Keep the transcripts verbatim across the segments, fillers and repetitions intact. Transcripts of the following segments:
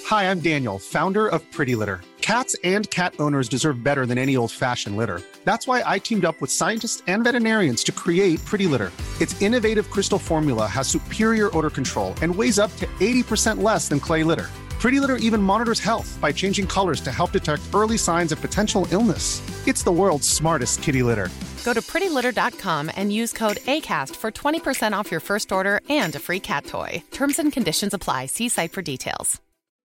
Hi, I'm Daniel, founder of Pretty Litter. Cats and cat owners deserve better than any old-fashioned litter. That's why I teamed up with scientists and veterinarians to create Pretty Litter. Its innovative crystal formula has superior odor control and weighs up to eighty percent less than clay litter. Pretty Litter even monitors health by changing colors to help detect early signs of potential illness. It's the world's smartest kitty litter. Go to pretty litter dot com and use code ACAST for twenty percent off your first order and a free cat toy. Terms and conditions apply. See site for details.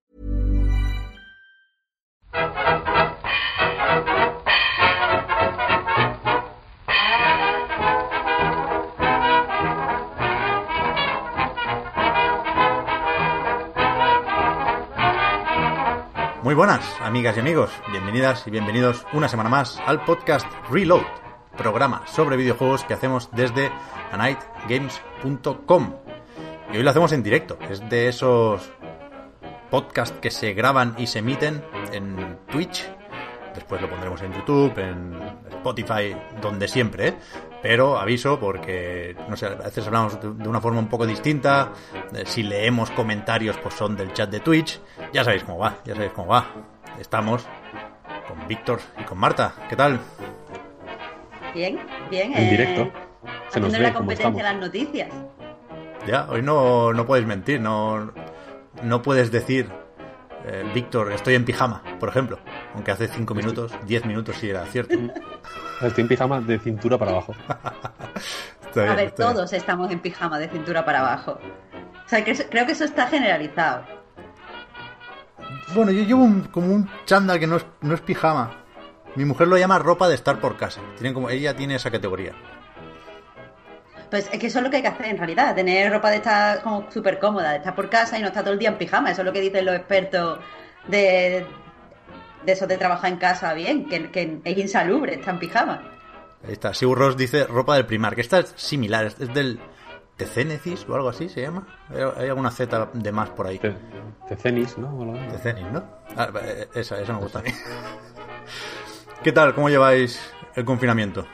Muy buenas, amigas y amigos. Bienvenidas y bienvenidos una semana más al podcast Reload, programa sobre videojuegos que hacemos desde a night games punto com. Y hoy lo hacemos en directo. Es de esos podcasts que se graban y se emiten en Twitch. Después lo pondremos en YouTube, en Spotify, donde siempre, ¿eh? Pero aviso porque, no sé, a veces hablamos de una forma un poco distinta. Si leemos comentarios, pues son del chat de Twitch. Ya sabéis cómo va, ya sabéis cómo va. Estamos con Víctor y con Marta. ¿Qué tal? Bien, bien. En eh, directo. Se nos haciendo ve la cómo competencia estamos. de las noticias. Ya, hoy no, no puedes mentir, no, no puedes decir, eh, Víctor, estoy en pijama, por ejemplo. Aunque hace cinco minutos, diez minutos sí era cierto. Estoy en pijama de cintura para abajo. Está bien, A ver, está bien. todos estamos en pijama de cintura para abajo. O sea, que eso- creo que eso está generalizado. Bueno, yo llevo un, como un chándal que no es, no es pijama. Mi mujer lo llama ropa de estar por casa. Tiene como, ella tiene esa categoría. Pues es que eso es lo que hay que hacer en realidad, tener ropa de estar como súper cómoda, de estar por casa y no estar todo el día en pijama. Eso es lo que dicen los expertos de, de eso de trabajar en casa bien, que, que es insalubre estar en pijama. Ahí está. Sigur Ross dice ropa del Primark. Esta es similar, es es del Tecenecis o algo así se llama. Hay, hay alguna Z de más por ahí. Te, te cenis, ¿no? O algo así. Tecenis, ¿no? Ah, eh, esa, esa me gusta a mí. ¿Qué tal? ¿Cómo lleváis el confinamiento?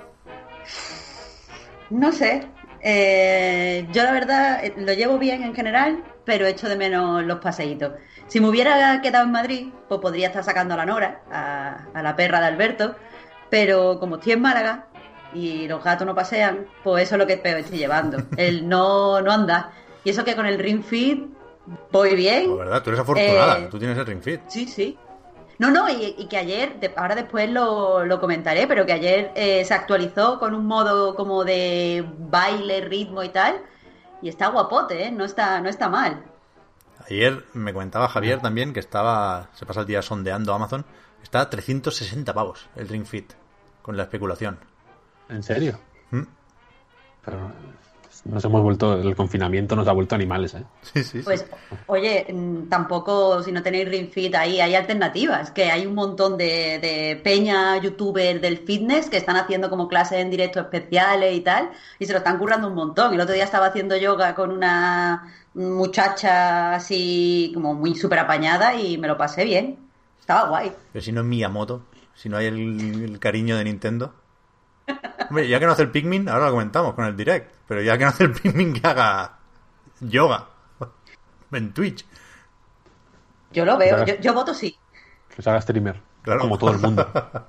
No sé, eh, yo la verdad eh, lo llevo bien en general, pero echo de menos los paseitos. Si me hubiera quedado en Madrid, pues podría estar sacando a la Nora, a, a la perra de Alberto, pero como estoy en Málaga y los gatos no pasean, pues eso es lo que peor estoy llevando, el no, no andar. Y eso que con el Ring Fit voy bien. Pues verdad, tú eres afortunada, Eh, tú tienes el Ring Fit. Sí, sí. No, no, y, y que ayer, de- ahora después lo, lo comentaré, pero que ayer eh, se actualizó con un modo como de baile, ritmo y tal, y está guapote, ¿eh? No está, no está mal. Ayer me comentaba Javier también que estaba, se pasa el día sondeando Amazon, está a trescientos sesenta pavos el Ring Fit, con la especulación. ¿En serio? ¿Mm? Pero nos hemos vuelto, el confinamiento nos ha vuelto animales, ¿eh? Sí, sí, sí. Pues, oye, mm, tampoco, si no tenéis Ring Fit ahí, hay alternativas, que hay un montón de, de peña youtuber del fitness que están haciendo como clases en directo especiales y tal, y se lo están currando un montón. El otro día estaba haciendo yoga con una muchacha así como muy súper apañada y me lo pasé bien. Estaba guay. Pero si no es Miyamoto, si no hay el, el cariño de Nintendo. Hombre, ya que no hace el Pikmin, ahora lo comentamos con el Direct, pero ya que no hace el Pikmin, que haga yoga en Twitch. Yo lo veo, Claro. yo, yo voto sí. Que se haga streamer. Claro. Como todo el mundo.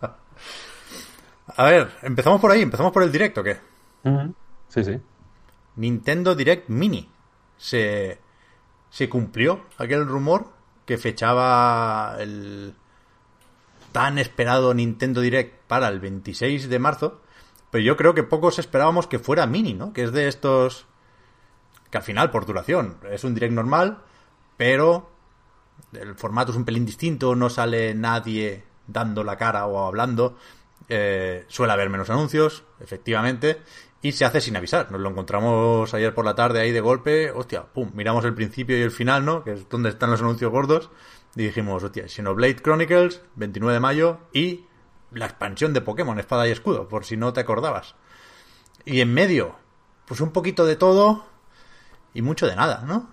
A ver, empezamos por ahí, empezamos por el Direct, ¿o qué? Ujú. Sí, sí. Nintendo Direct Mini. Se, se cumplió aquel rumor que fechaba el tan esperado Nintendo Direct para el veintiséis de marzo, pero yo creo que pocos esperábamos que fuera mini, ¿no? Que es de estos que al final, por duración, es un Direct normal, pero el formato es un pelín distinto, no sale nadie dando la cara o hablando, eh, suele haber menos anuncios, efectivamente, y se hace sin avisar. Nos lo encontramos ayer por la tarde ahí de golpe, hostia, pum, miramos el principio y el final, ¿no? Que es donde están los anuncios gordos, y dijimos, hostia, Xenoblade Chronicles, veintinueve de mayo, y la expansión de Pokémon, Espada y Escudo, por si no te acordabas. Y en medio, pues un poquito de todo y mucho de nada, ¿no?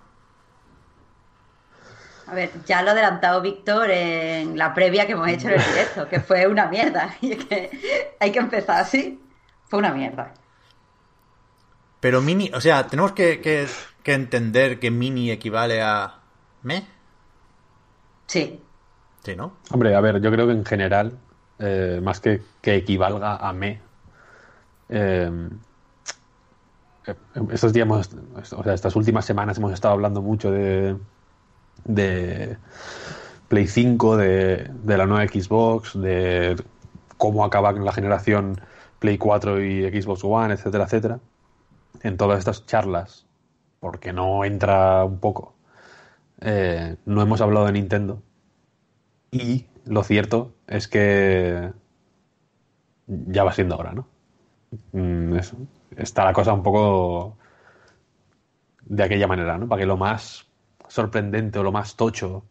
A ver, ya lo ha adelantado Víctor en la previa que hemos hecho en el directo, que fue una mierda. Y es que hay que empezar así. Fue una mierda. Pero mini, o sea, tenemos que, que, que entender que mini equivale a... ¿Me? Sí. Sí, ¿no? Hombre, a ver, yo creo que en general, eh, más que que equivalga a me, eh, estos días, hemos, o sea, estas últimas semanas hemos estado hablando mucho de, de Play cinco, de, de la nueva Xbox, de cómo acaba la generación Play cuatro y Xbox One, etcétera, etcétera. En todas estas charlas, porque no entra un poco, eh, no hemos hablado de Nintendo. Y lo cierto es que ya va siendo hora, ¿no? Mm, eso. Está la cosa un poco de aquella manera, ¿no? Para que lo más sorprendente o lo más tocho,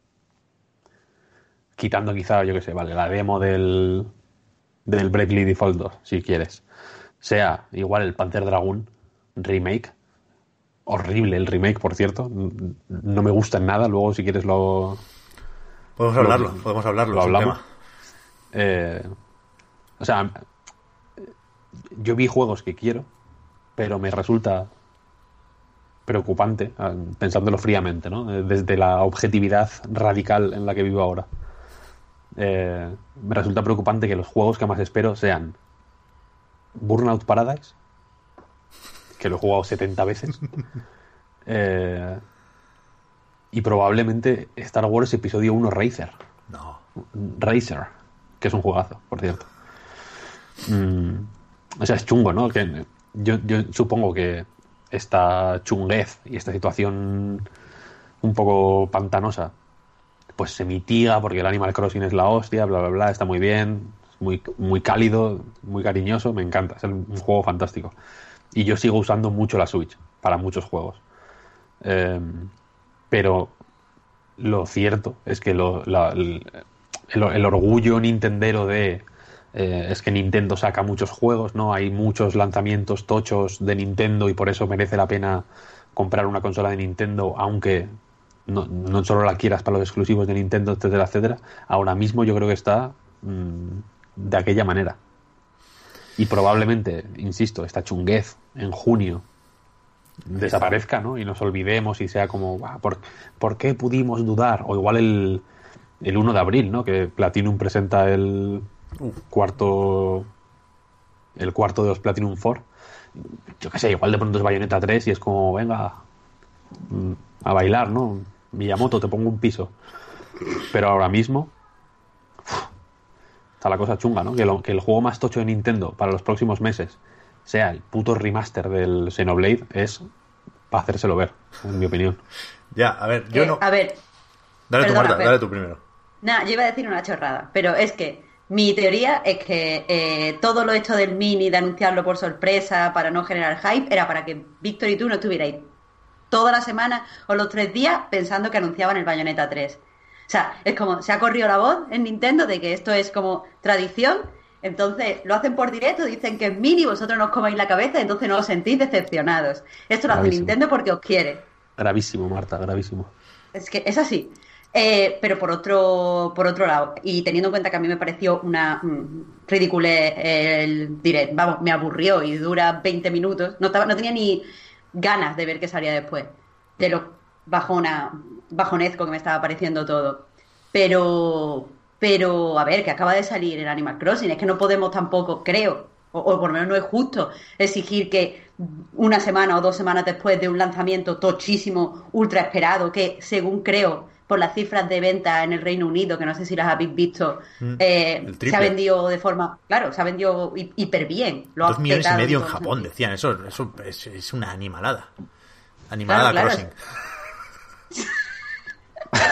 quitando quizá, yo qué sé, vale, la demo del, del Bravely Default dos, si quieres, sea igual el Panzer Dragoon remake. Horrible el remake, por cierto. No me gusta en nada. Luego, si quieres, lo... Podemos hablarlo, lo, podemos hablarlo. Lo hablamos. Eh, o sea, yo vi juegos que quiero, pero me resulta preocupante, pensándolo fríamente, ¿no? Desde la objetividad radical en la que vivo ahora. Eh, me resulta preocupante que los juegos que más espero sean Burnout Paradise, que lo he jugado setenta veces, eh, y probablemente Star Wars Episodio uno Racer. No. Racer, que es un juegazo, por cierto. Mm, o sea, es chungo, ¿no? Que yo, yo supongo que esta chunguez y esta situación un poco pantanosa pues se mitiga porque el Animal Crossing es la hostia, bla, bla, bla, está muy bien, muy, muy cálido, muy cariñoso, me encanta, es un juego fantástico. Y yo sigo usando mucho la Switch para muchos juegos. Eh, pero lo cierto es que lo, la, el, el orgullo nintendero de eh, es que Nintendo saca muchos juegos, ¿no? Hay muchos lanzamientos tochos de Nintendo y por eso merece la pena comprar una consola de Nintendo, aunque no, no solo la quieras para los exclusivos de Nintendo, etcétera, etcétera. Ahora mismo yo creo que está mmm, de aquella manera. Y probablemente, insisto, esta chunguez en junio desaparezca, ¿no? Y nos olvidemos y sea como, ah, ¿por, ¿por qué pudimos dudar? O igual el, el uno de abril, ¿no? Que Platinum presenta el uh. cuarto el cuarto de los Platinum cuatro. Yo qué sé, igual de pronto es Bayonetta tres y es como, venga, a bailar, ¿no? Miyamoto, te pongo un piso. Pero ahora mismo está la cosa chunga, ¿no? Que, lo, que el juego más tocho de Nintendo para los próximos meses sea el puto remaster del Xenoblade es para hacérselo ver, en mi opinión. Ya, a ver, yo eh, no... A ver... Dale perdona, tú, Marta, dale tú primero. Nada, yo iba a decir una chorrada, pero es que mi teoría es que eh, todo lo hecho del Mini, de anunciarlo por sorpresa, para no generar hype, era para que Víctor y tú no estuvierais toda la semana o los tres días pensando que anunciaban el Bayonetta tres. O sea, es como, se ha corrido la voz en Nintendo de que esto es como tradición, entonces lo hacen por directo, dicen que es Mini, vosotros no os comáis la cabeza, entonces no os sentís decepcionados. Esto lo hace Nintendo porque os quiere. Gravísimo, Marta, gravísimo. Es que es así. Eh, pero por otro por otro lado, y teniendo en cuenta que a mí me pareció una mmm, ridiculez el direct, vamos, me aburrió y dura veinte minutos, no, estaba, no tenía ni ganas de ver qué salía después, de lo bajona, bajonezco que me estaba pareciendo todo. Pero, pero, a ver, que acaba de salir el Animal Crossing, es que no podemos tampoco, creo, o, o por lo menos no es justo, exigir que una semana o dos semanas después de un lanzamiento tochísimo, ultra esperado, que según creo, por las cifras de venta en el Reino Unido, que no sé si las habéis visto, mm, eh, se ha vendido de forma, claro, se ha vendido hiper bien. Lo Dos millones y medio en Japón, decían, eso, eso es, es una animalada. Animalada claro, Crossing. Claro.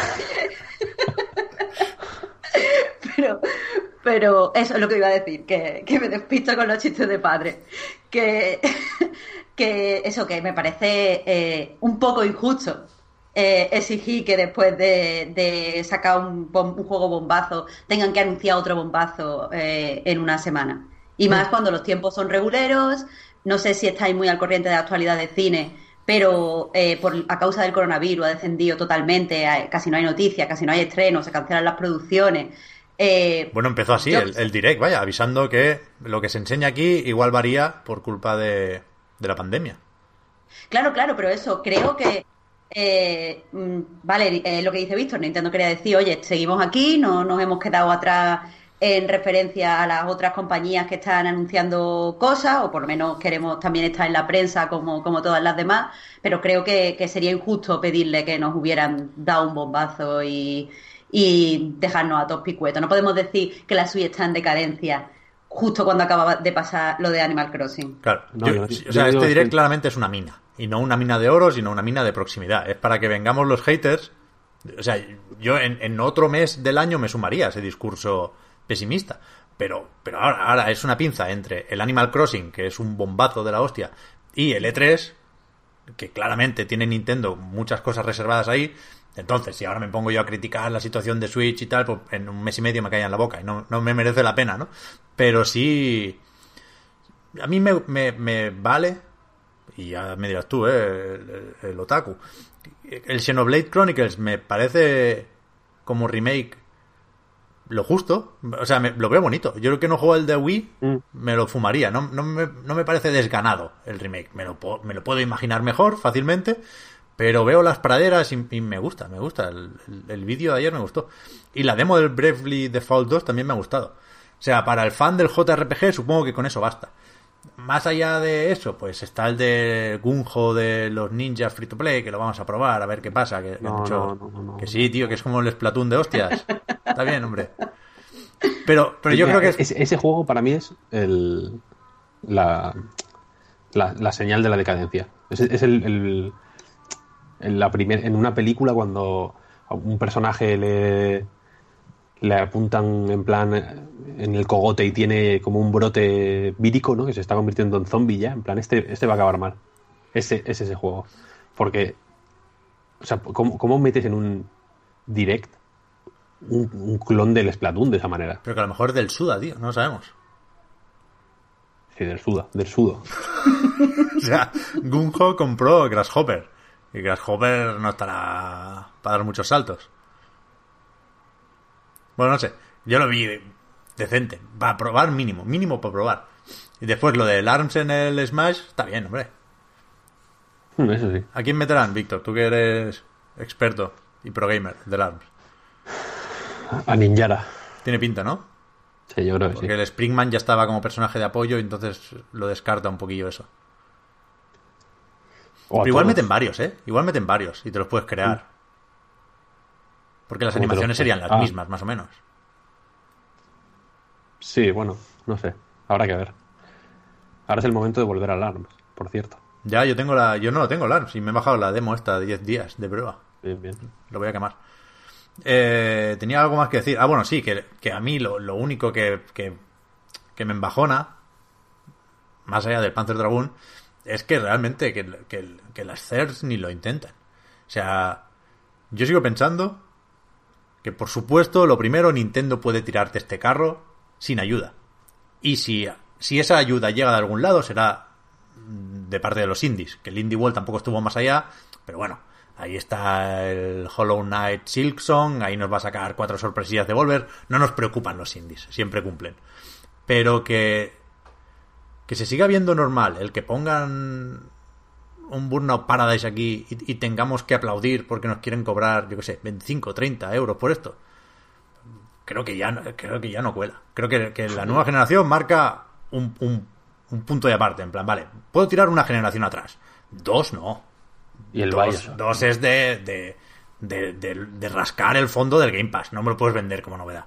pero, pero eso es lo que iba a decir, que, que me despisto con los chistes de padre. Que, que eso, que me parece eh, un poco injusto. Eh, exigí que después de, de sacar un, bom, un juego bombazo tengan que anunciar otro bombazo eh, en una semana. Y más cuando los tiempos son reguleros. No sé si estáis muy al corriente de la actualidad de cine, pero eh, por, a causa del coronavirus ha descendido totalmente, hay, casi no hay noticias, casi no hay estrenos, se cancelan las producciones. Eh, bueno, empezó así yo, el, el direct, vaya, avisando que lo que se enseña aquí igual varía por culpa de, de la pandemia. Claro, claro, pero eso, creo que Eh, mm, vale, eh, lo que dice Víctor, Nintendo quería decir, oye, seguimos aquí, no nos hemos quedado atrás en referencia a las otras compañías que están anunciando cosas, o por lo menos queremos también estar en la prensa como, como todas las demás, pero creo que, que sería injusto pedirle que nos hubieran dado un bombazo y, y dejarnos a todos picuetos. No podemos decir que la Switch está en decadencia justo cuando acaba de pasar lo de Animal Crossing. Claro, No, yo- yo- o sea, yo digo este direct que- claramente es una mina. Y no una mina de oro, sino una mina de proximidad. Es para que vengamos los haters. O sea, yo en, en otro mes del año me sumaría a ese discurso pesimista. Pero, pero ahora, ahora es una pinza entre el Animal Crossing, que es un bombazo de la hostia, y el E tres, que claramente tiene Nintendo muchas cosas reservadas ahí. Entonces, si ahora me pongo yo a criticar la situación de Switch y tal, pues en un mes y medio me cae en la boca y no, no me merece la pena, ¿no? Pero sí... A mí me, me, me vale, y ya me dirás tú, ¿eh? El, el, el otaku. El Xenoblade Chronicles me parece como remake lo justo. O sea, me, lo veo bonito. Yo creo que no juego el de Wii, Mm. me lo fumaría. No, no, me, no me parece desganado el remake. Me lo, po- me lo puedo imaginar mejor, fácilmente. Pero veo las praderas y, y me gusta, me gusta. El, el, el vídeo de ayer me gustó. Y la demo del Bravely Default dos también me ha gustado. O sea, para el fan del J R P G supongo que con eso basta. Más allá de eso, pues está el de Gunjo de los ninjas free to play, que lo vamos a probar, a ver qué pasa. Que, que No, mucho- no, no, no, que no. sí, tío, que es como el Splatoon de hostias. Está bien, hombre. Pero, pero yo Mira, creo que es... ese, ese juego para mí es el, la, la, la señal de la decadencia. Es, es el, el- el- la primer, en una película cuando a un personaje le, le apuntan en plan en el cogote y tiene como un brote vírico, ¿no? Que se está convirtiendo en zombie ya. En plan, este, este va a acabar mal. Ese es ese juego. Porque, o sea, ¿cómo, cómo metes en un direct un, un clon del Splatoon de esa manera? Pero que a lo mejor es del Suda, tío, no lo sabemos. Sí, del sudo, del sudo. O sea, Gunjo compró Grasshopper. Y Grasshopper no estará para dar muchos saltos. Bueno, no sé. Yo lo vi decente. Para probar mínimo. Mínimo para probar. Y después lo del ARMS en el Smash. Está bien, hombre. Mm, Eso sí. ¿A quién meterán, Víctor? Tú que eres experto y pro gamer del ARMS. A Ninjara. Tiene pinta, ¿no? Sí, yo creo que Porque sí. el Springman ya estaba como personaje de apoyo y entonces lo descarta un poquillo eso. O a Pero igual todos. meten varios, ¿eh? Igual meten varios y te los puedes crear. Porque las ¿Cómo te los animaciones serían puedes- las Ah. mismas, más o menos. Sí, bueno, no sé. Habrá que ver. Ahora es el momento de volver al ARMS, por cierto. Ya, yo tengo la... Yo no lo tengo, el ARMS, y me he bajado la demo esta de diez días de prueba. Bien, bien. Lo voy a quemar. Eh, tenía algo más que decir. Ah, bueno, sí, que, que a mí lo, lo único que, que, que me embajona, más allá del Panzer Dragoon, es que realmente que, que, que las C E R S ni lo intentan. O sea, yo sigo pensando que, por supuesto, lo primero, Nintendo puede tirarte este carro sin ayuda. Y si, si esa ayuda llega de algún lado, será de parte de los indies. Que el Indie World tampoco estuvo más allá, pero bueno, ahí está el Hollow Knight Silksong, ahí nos va a sacar cuatro sorpresillas de Volver. No nos preocupan los indies, siempre cumplen. Pero que, que se siga viendo normal el que pongan un Burnout Paradise aquí y, y tengamos que aplaudir porque nos quieren cobrar, yo qué sé, veinticinco, treinta euros por esto. Creo que ya no, creo que ya no cuela. Creo que, que la nueva generación marca un, un, un punto de aparte. En plan, vale, puedo tirar una generación atrás. Dos no. Y el Dos, Bioshock. dos es de, de, de, de, de rascar el fondo del Game Pass. No me lo puedes vender como novedad.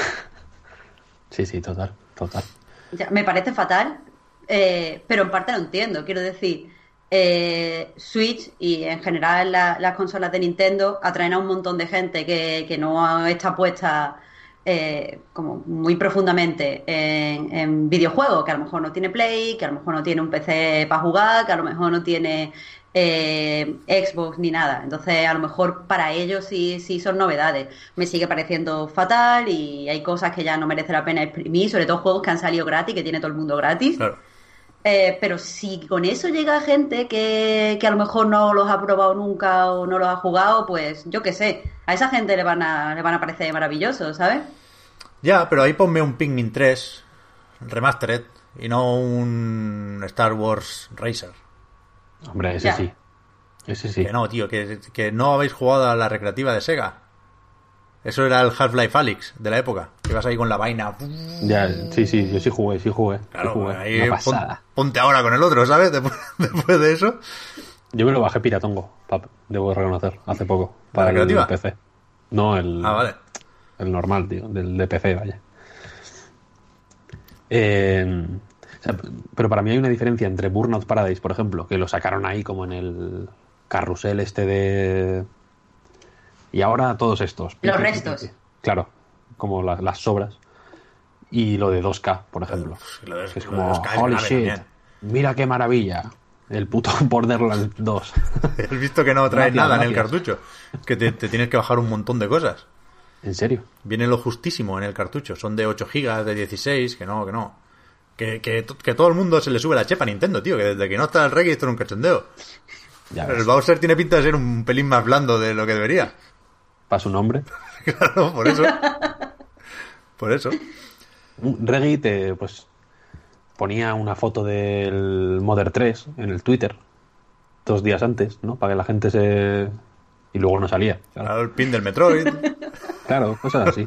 Sí, sí, total, total. Ya, me parece fatal, eh, pero en parte lo entiendo. Quiero decir, eh, Switch y en general la- las consolas de Nintendo atraen a un montón de gente que, que no está puesta eh, como muy profundamente en, en videojuegos, que a lo mejor no tiene Play, que a lo mejor no tiene un P C para jugar, que a lo mejor no tiene eh, Xbox ni nada. Entonces, a lo mejor para ellos sí, sí son novedades. Me sigue pareciendo fatal y hay cosas que ya no merece la pena exprimir, sobre todo juegos que han salido gratis, que tiene todo el mundo gratis. Claro. Eh, pero si con eso llega gente que, que a lo mejor no los ha probado nunca o no los ha jugado, pues yo qué sé, a esa gente le van a, le van a parecer maravilloso, ¿sabes? Ya, pero ahí ponme un Pikmin tres Remastered y no un Star Wars Racer. Hombre, ese Ya. sí. Ese sí. Que no, tío, que, que no habéis jugado a la recreativa de Sega. Eso era el Half-Life Alyx de la época. Que ibas ahí con la vaina. Ya, sí, sí, yo sí jugué, sí jugué. Claro, sí jugué. ahí Una pon, pasada. ponte ahora con el otro, ¿sabes? Después, después de eso. Yo me lo bajé piratongo, pap, debo reconocer, hace poco. ¿La Para el recreativa? P C. No, el, Ah, vale. el normal, tío, del de P C, vaya. Eh, o sea, pero para mí hay una diferencia entre Burnout Paradise, por ejemplo, que lo sacaron ahí como en el carrusel este de... Y ahora todos estos. Los restos. Claro, como la- las sobras. Y lo de dos K, por ejemplo. Uf, lo de- Que es lo de como, dos K es holy grave shit, también. mira qué maravilla. El puto Borderlands dos. Has visto que no trae Gracias, nada en el gracias. cartucho. Que te, te tienes que bajar un montón de cosas. ¿En serio? Viene lo justísimo en el cartucho. Son de ocho gigas, de dieciséis, que no, que no. Que, que, que todo el mundo se le sube la chepa a Nintendo, tío. Que desde que no está el reggae esto es un cachondeo. Ya El ves. Bowser tiene pinta de ser un pelín más blando de lo que debería. Para su nombre. Claro, por eso. Por eso. Reggie te, pues, ponía una foto del Mother tres en el Twitter dos días antes, ¿no? Para que la gente se... Y luego no salía. Claro, Claro, el pin del Metroid. claro, cosas así.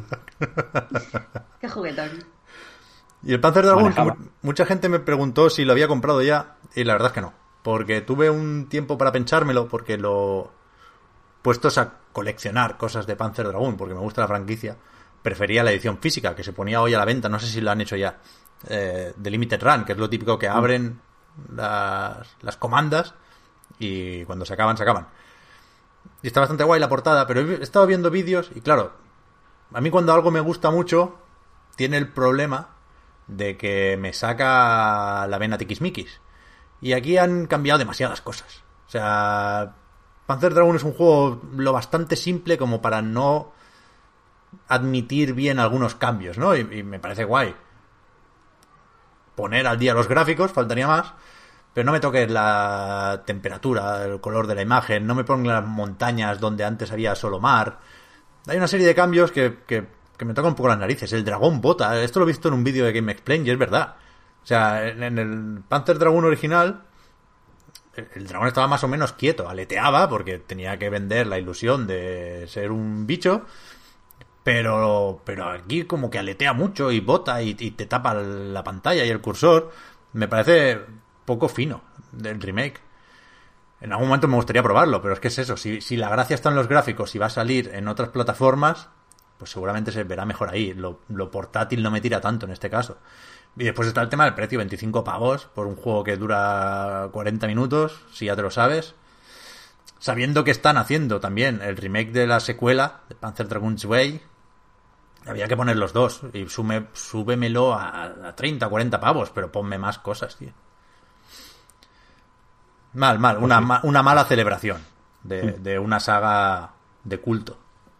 Qué juguetón. Y el Panzer Dragoon, que Manejaba. mu- mucha gente me preguntó si lo había comprado ya, y la verdad es que no. Porque tuve un tiempo para pensármelo, porque lo... Puestos a coleccionar cosas de Panzer Dragoon, porque me gusta la franquicia, prefería la edición física, que se ponía hoy a la venta, no sé si lo han hecho ya, eh, de Limited Run, que es lo típico que abren las, las comandas y cuando se acaban, se acaban. Y está bastante guay la portada, pero he estado viendo vídeos y claro, a mí cuando algo me gusta mucho, tiene el problema de que me saca la vena tiquismiquis. Y aquí han cambiado demasiadas cosas. O sea, Panzer Dragoon es un juego lo bastante simple como para no admitir bien algunos cambios, ¿no? Y, y me parece guay. Poner al día los gráficos, faltaría más, pero no me toques la temperatura, el color de la imagen, no me pongan las montañas donde antes había solo mar. Hay una serie de cambios que, que, que me tocan un poco las narices. El dragón bota, esto lo he visto en un vídeo de Game Explain y es verdad. O sea, en, en el Panzer Dragoon original, el, el dragón estaba más o menos quieto, aleteaba porque tenía que vender la ilusión de ser un bicho. Pero, pero aquí como que aletea mucho y bota y, y te tapa la pantalla y el cursor. Me parece poco fino del remake. En algún momento me gustaría probarlo, pero es que es eso. Si, si la gracia está en los gráficos y va a salir en otras plataformas, pues seguramente se verá mejor ahí. Lo, lo portátil no me tira tanto en este caso. Y después está el tema del precio, veinticinco pavos por un juego que dura cuarenta minutos, si ya te lo sabes. Sabiendo que están haciendo también el remake de la secuela de Panzer Dragoon's Way, había que poner los dos y sume, súbemelo a, a treinta, cuarenta pavos, pero ponme más cosas, tío. Mal, mal, una, ma- una mala celebración de, de una saga de culto.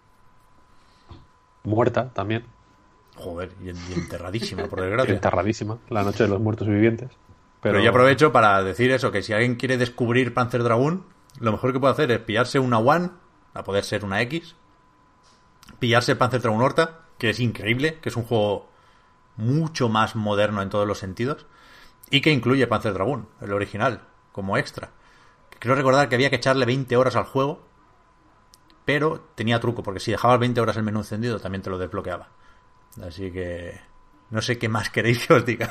Muerta también. Joder, y, y enterradísima, por desgracia. Enterradísima. La noche de los muertos vivientes. Pero, Pero yo aprovecho para decir eso, que si alguien quiere descubrir Panzer Dragoon, lo mejor que puede hacer es pillarse una One, a poder ser una X, pillarse Panzer Dragoon Horta, que es increíble, que es un juego mucho más moderno en todos los sentidos, y que incluye Panzer Dragoon, el original, como extra. Quiero recordar que había que echarle veinte horas al juego, pero tenía truco, porque si dejabas veinte horas el menú encendido también te lo desbloqueaba. Así que no sé qué más queréis que os diga.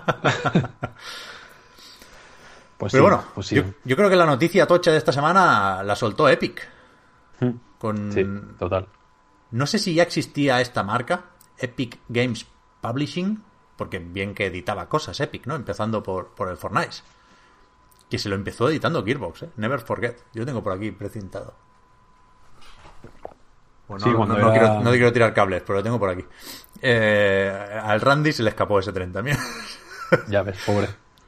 pues Pero sí, bueno, pues sí. yo, yo creo que la noticia tocha de esta semana la soltó Epic. Mm. Con... Sí, total. No sé si ya existía esta marca, Epic Games Publishing, porque bien que editaba cosas Epic, ¿no? Empezando por, por el Fortnite. Que se lo empezó editando Gearbox, ¿eh? Never forget. Yo tengo por aquí precintado. Bueno, Sí, no, cuando no, no era- quiero, no quiero tirar cables, pero lo tengo por aquí. Eh, al Randy se le escapó ese tren también. Ya ves, pobre.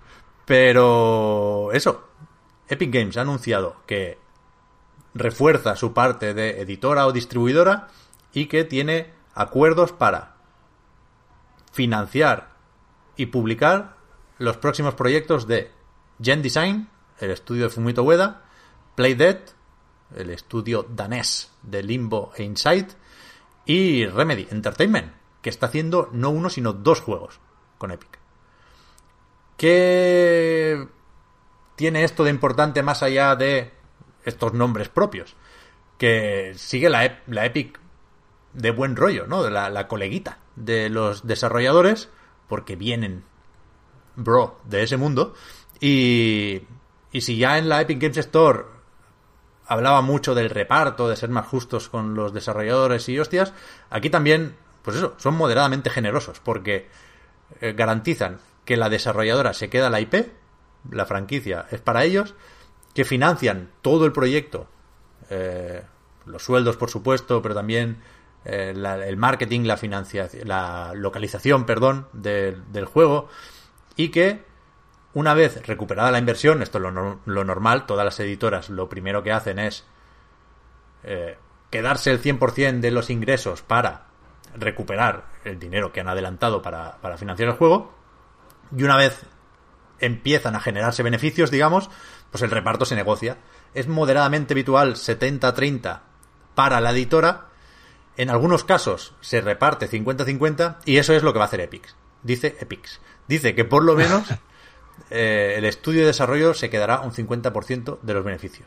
Pero eso, Epic Games ha anunciado que refuerza su parte de editora o distribuidora y que tiene acuerdos para financiar y publicar los próximos proyectos de Gen Design, el estudio de Fumito Ueda, Playdead, el estudio danés de Limbo e Inside, y Remedy Entertainment, que está haciendo no uno sino dos juegos con Epic. ¿Qué tiene esto de importante más allá de estos nombres propios. Que sigue la, ep- la Epic de buen rollo, ¿no? De la, la coleguita de los desarrolladores, porque vienen, bro, de ese mundo. Y, y si ya en la Epic Games Store hablaba mucho del reparto, de ser más justos con los desarrolladores y hostias, aquí también, pues eso, son moderadamente generosos, porque eh, garantizan que la desarrolladora se queda la I P, la franquicia es para ellos, que financian todo el proyecto, eh, los sueldos, por supuesto, pero también eh, la, el marketing, la financiación, la localización, perdón, de, del juego, y que una vez recuperada la inversión, esto es lo, no, lo normal, todas las editoras lo primero que hacen es eh, quedarse el cien por ciento de los ingresos para recuperar el dinero que han adelantado para, para financiar el juego, y una vez empiezan a generarse beneficios, digamos, pues el reparto se negocia. Es moderadamente habitual setenta treinta para la editora. En algunos casos se reparte cincuenta cincuenta, y eso es lo que va a hacer Epic. Dice Epic. Dice que por lo menos eh, el estudio de desarrollo se quedará un cincuenta por ciento de los beneficios.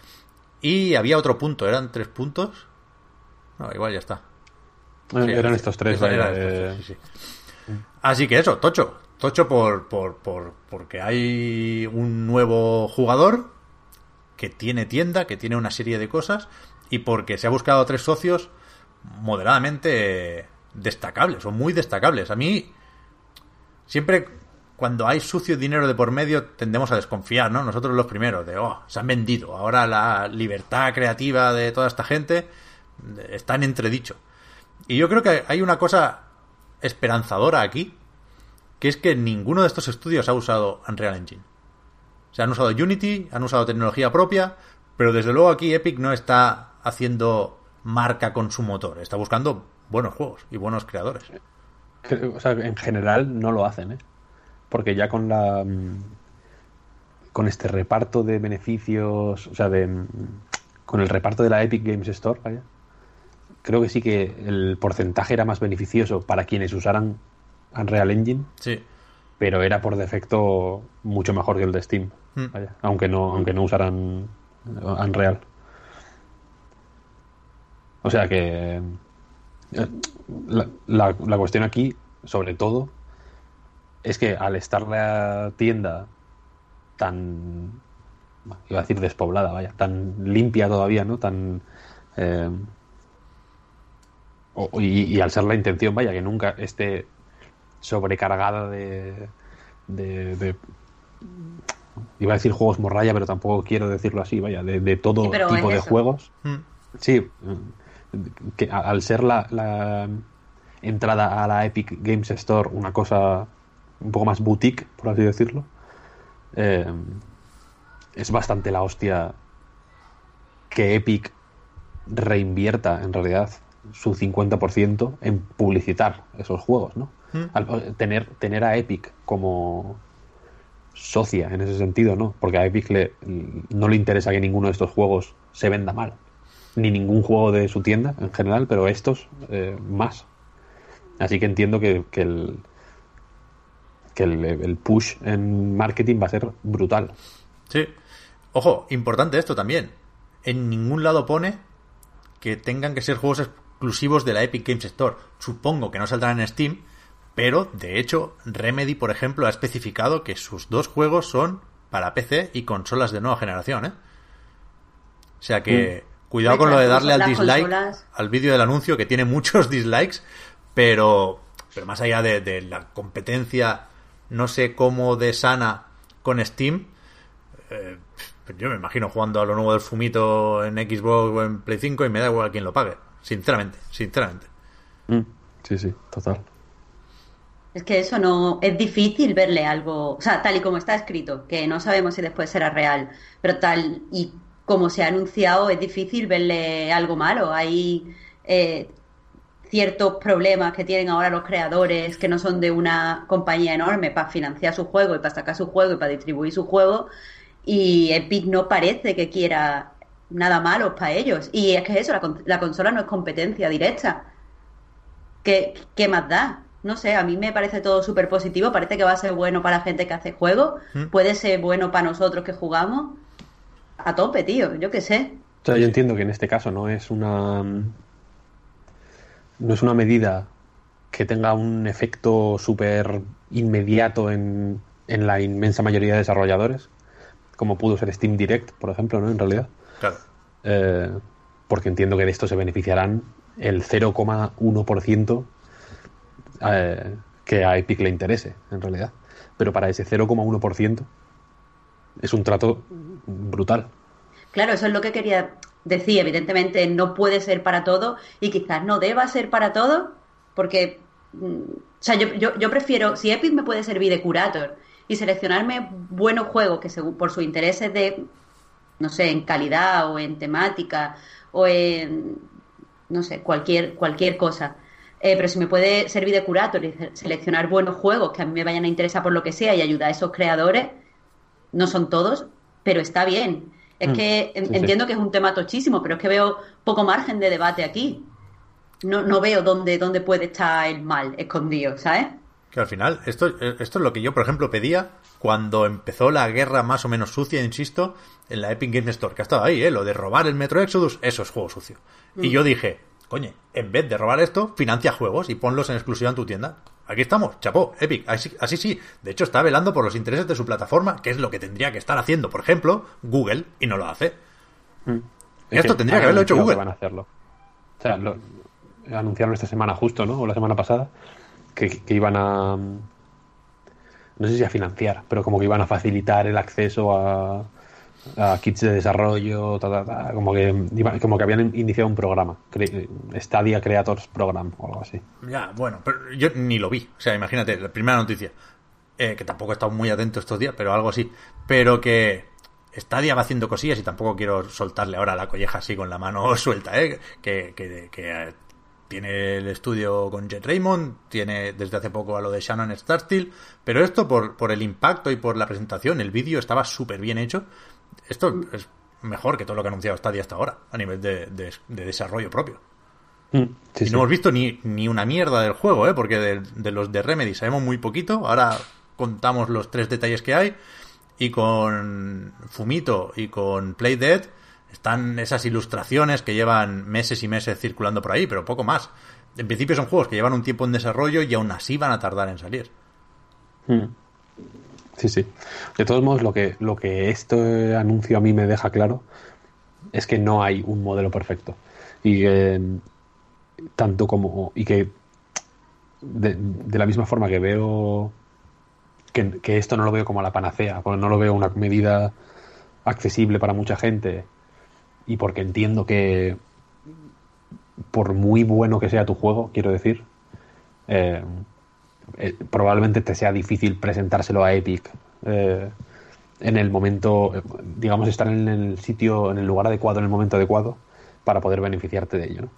Y había otro punto, ¿eran tres puntos? No, igual ya está. Eh, Sí, eran estos tres. eran Vaya, estos eh, tres, sí, sí. Así que eso, tocho. Tocho por, por, por, porque hay un nuevo jugador que tiene tienda, que tiene una serie de cosas, y porque se ha buscado tres socios moderadamente destacables, o muy destacables. A mí, siempre cuando hay sucio dinero de por medio, tendemos a desconfiar, ¿no? Nosotros los primeros, de, oh, se han vendido. Ahora la libertad creativa de toda esta gente está en entredicho. Y yo creo que hay una cosa esperanzadora aquí, que es que ninguno de estos estudios ha usado Unreal Engine. O sea, han usado Unity, han usado tecnología propia, pero desde luego aquí Epic no está haciendo marca con su motor, está buscando buenos juegos y buenos creadores. O sea, en general no lo hacen, ¿eh? Porque ya con la con este reparto de beneficios, o sea, de con el reparto de la Epic Games Store, vaya, creo que sí que el porcentaje era más beneficioso para quienes usaran Unreal Engine, sí, pero era por defecto mucho mejor que el de Steam, mm. vaya, aunque no aunque no usaran Unreal. O sea que la, la, la cuestión aquí, sobre todo, es que al estar la tienda tan, iba a decir despoblada, vaya, tan limpia todavía, ¿no? Tan eh, o, y, y al ser la intención, vaya, que nunca esté sobrecargada de, de, de iba a decir juegos morralla, pero tampoco quiero decirlo así, vaya, de, de todo sí, tipo de eso. Mm. juegos. Sí, que al ser la, la entrada a la Epic Games Store una cosa un poco más boutique, por así decirlo, eh, es bastante la hostia que Epic reinvierta en realidad su cincuenta por ciento en publicitar esos juegos, ¿no? Mm. Al, tener, tener a Epic como socia en ese sentido, ¿no? Porque a Epic le, no le interesa que ninguno de estos juegos se venda mal, ni ningún juego de su tienda en general, pero estos eh, más. Así que entiendo que, que, el, que el, el push en marketing va a ser brutal. Sí. Ojo, importante esto también. En ningún lado pone que tengan que ser juegos exclusivos de la Epic Games Store. Supongo que no saldrán en Steam, pero de hecho Remedy, por ejemplo, ha especificado que sus dos juegos son para P C y consolas de nueva generación, ¿eh? O sea que mm. cuidado con lo de darle al dislike consolas... al vídeo del anuncio, que tiene muchos dislikes, pero, pero más allá de, de la competencia, no sé cómo de sana con Steam, eh, yo me imagino jugando a lo nuevo del Fumito en Xbox o en Play cinco y me da igual quién lo pague, sinceramente, sinceramente. Mm. Sí, sí, total. Es que eso no... Es difícil verle algo... O sea, tal y como está escrito, que no sabemos si después será real, pero tal y como se ha anunciado, es difícil verle algo malo. Hay eh, ciertos problemas que tienen ahora los creadores que no son de una compañía enorme para financiar su juego y para sacar su juego y para distribuir su juego, y Epic no parece que quiera nada malo para ellos. Y es que eso, la, la consola no es competencia directa. ¿Qué, qué más da? No sé, a mí me parece todo súper positivo, parece que va a ser bueno para la gente que hace juegos, ¿Mm? Puede ser bueno para nosotros que jugamos, a tope, tío, yo qué sé. O sea, yo entiendo que en este caso no es una no es una medida que tenga un efecto súper inmediato en, en la inmensa mayoría de desarrolladores, como pudo ser Steam Direct, por ejemplo, ¿no? En realidad. Claro. Eh, porque entiendo que de esto se beneficiarán el cero coma uno por ciento eh, que a Epic le interese, en realidad. Pero para ese cero coma uno por ciento es un trato brutal. Claro, eso es lo que quería decir. Evidentemente no puede ser para todo y quizás no deba ser para todo, porque, o sea, yo, yo, yo prefiero, si Epic me puede servir de curator y seleccionarme buenos juegos que según por sus intereses de, no sé, en calidad o en temática o en, no sé, cualquier, cualquier cosa. Eh, pero si me puede servir de curator y seleccionar buenos juegos que a mí me vayan a interesar por lo que sea y ayudar a esos creadores, no son todos, pero está bien. Es que sí, entiendo sí. que es un tema tochísimo, pero es que veo poco margen de debate aquí. No, no veo dónde, dónde puede estar el mal escondido, ¿sabes? Que al final, esto, esto es lo que yo, por ejemplo, pedía cuando empezó la guerra más o menos sucia, insisto, en la Epic Games Store, que ha estado ahí, ¿eh? Lo de robar el Metro Exodus, eso es juego sucio. Mm. Y yo dije, coño, en vez de robar esto, financia juegos y ponlos en exclusiva en tu tienda. Aquí estamos, chapó, Epic, así, así sí. De hecho, está velando por los intereses de su plataforma, que es lo que tendría que estar haciendo, por ejemplo, Google, y no lo hace. Mm. Esto que tendría que haberlo hecho Google. Que van a hacerlo. O sea, lo anunciaron esta semana justo, ¿no? O la semana pasada, que, que iban a... No sé si a financiar, pero como que iban a facilitar el acceso a, a kits de desarrollo, ta, ta, ta, como que iba, como que habían iniciado un programa, Stadia Creators Program o algo así. Ya, bueno, pero yo ni lo vi. O sea, imagínate, la primera noticia, eh, que tampoco he estado muy atento estos días, pero algo así. Pero que Stadia va haciendo cosillas y tampoco quiero soltarle ahora la colleja así con la mano suelta, ¿eh? Que, que, que tiene el estudio con Jet Raymond, tiene desde hace poco a lo de Shannon Starsteel, pero esto por, por el impacto y por la presentación, el vídeo estaba súper bien hecho. Esto es mejor que todo lo que ha anunciado Stadia hasta ahora, a nivel de, de, de desarrollo propio. Mm, sí, y no sí. hemos visto ni, ni una mierda del juego, ¿eh? Porque de, de los de Remedy sabemos muy poquito. Ahora contamos los tres detalles que hay. Y con Fumito y con Playdead están esas ilustraciones que llevan meses y meses circulando por ahí, pero poco más. En principio son juegos que llevan un tiempo en desarrollo y aún así van a tardar en salir. Mm. Sí, sí. De todos modos, lo que, lo que este anuncio a mí me deja claro es que no hay un modelo perfecto. Y que tanto como... Y que de, de la misma forma que veo que, que esto no lo veo como la panacea, porque no lo veo una medida accesible para mucha gente y porque entiendo que por muy bueno que sea tu juego, quiero decir, eh, eh, probablemente te sea difícil presentárselo a Epic eh, en el momento, eh, digamos, estar en el sitio, en el lugar adecuado, en el momento adecuado para poder beneficiarte de ello, ¿no?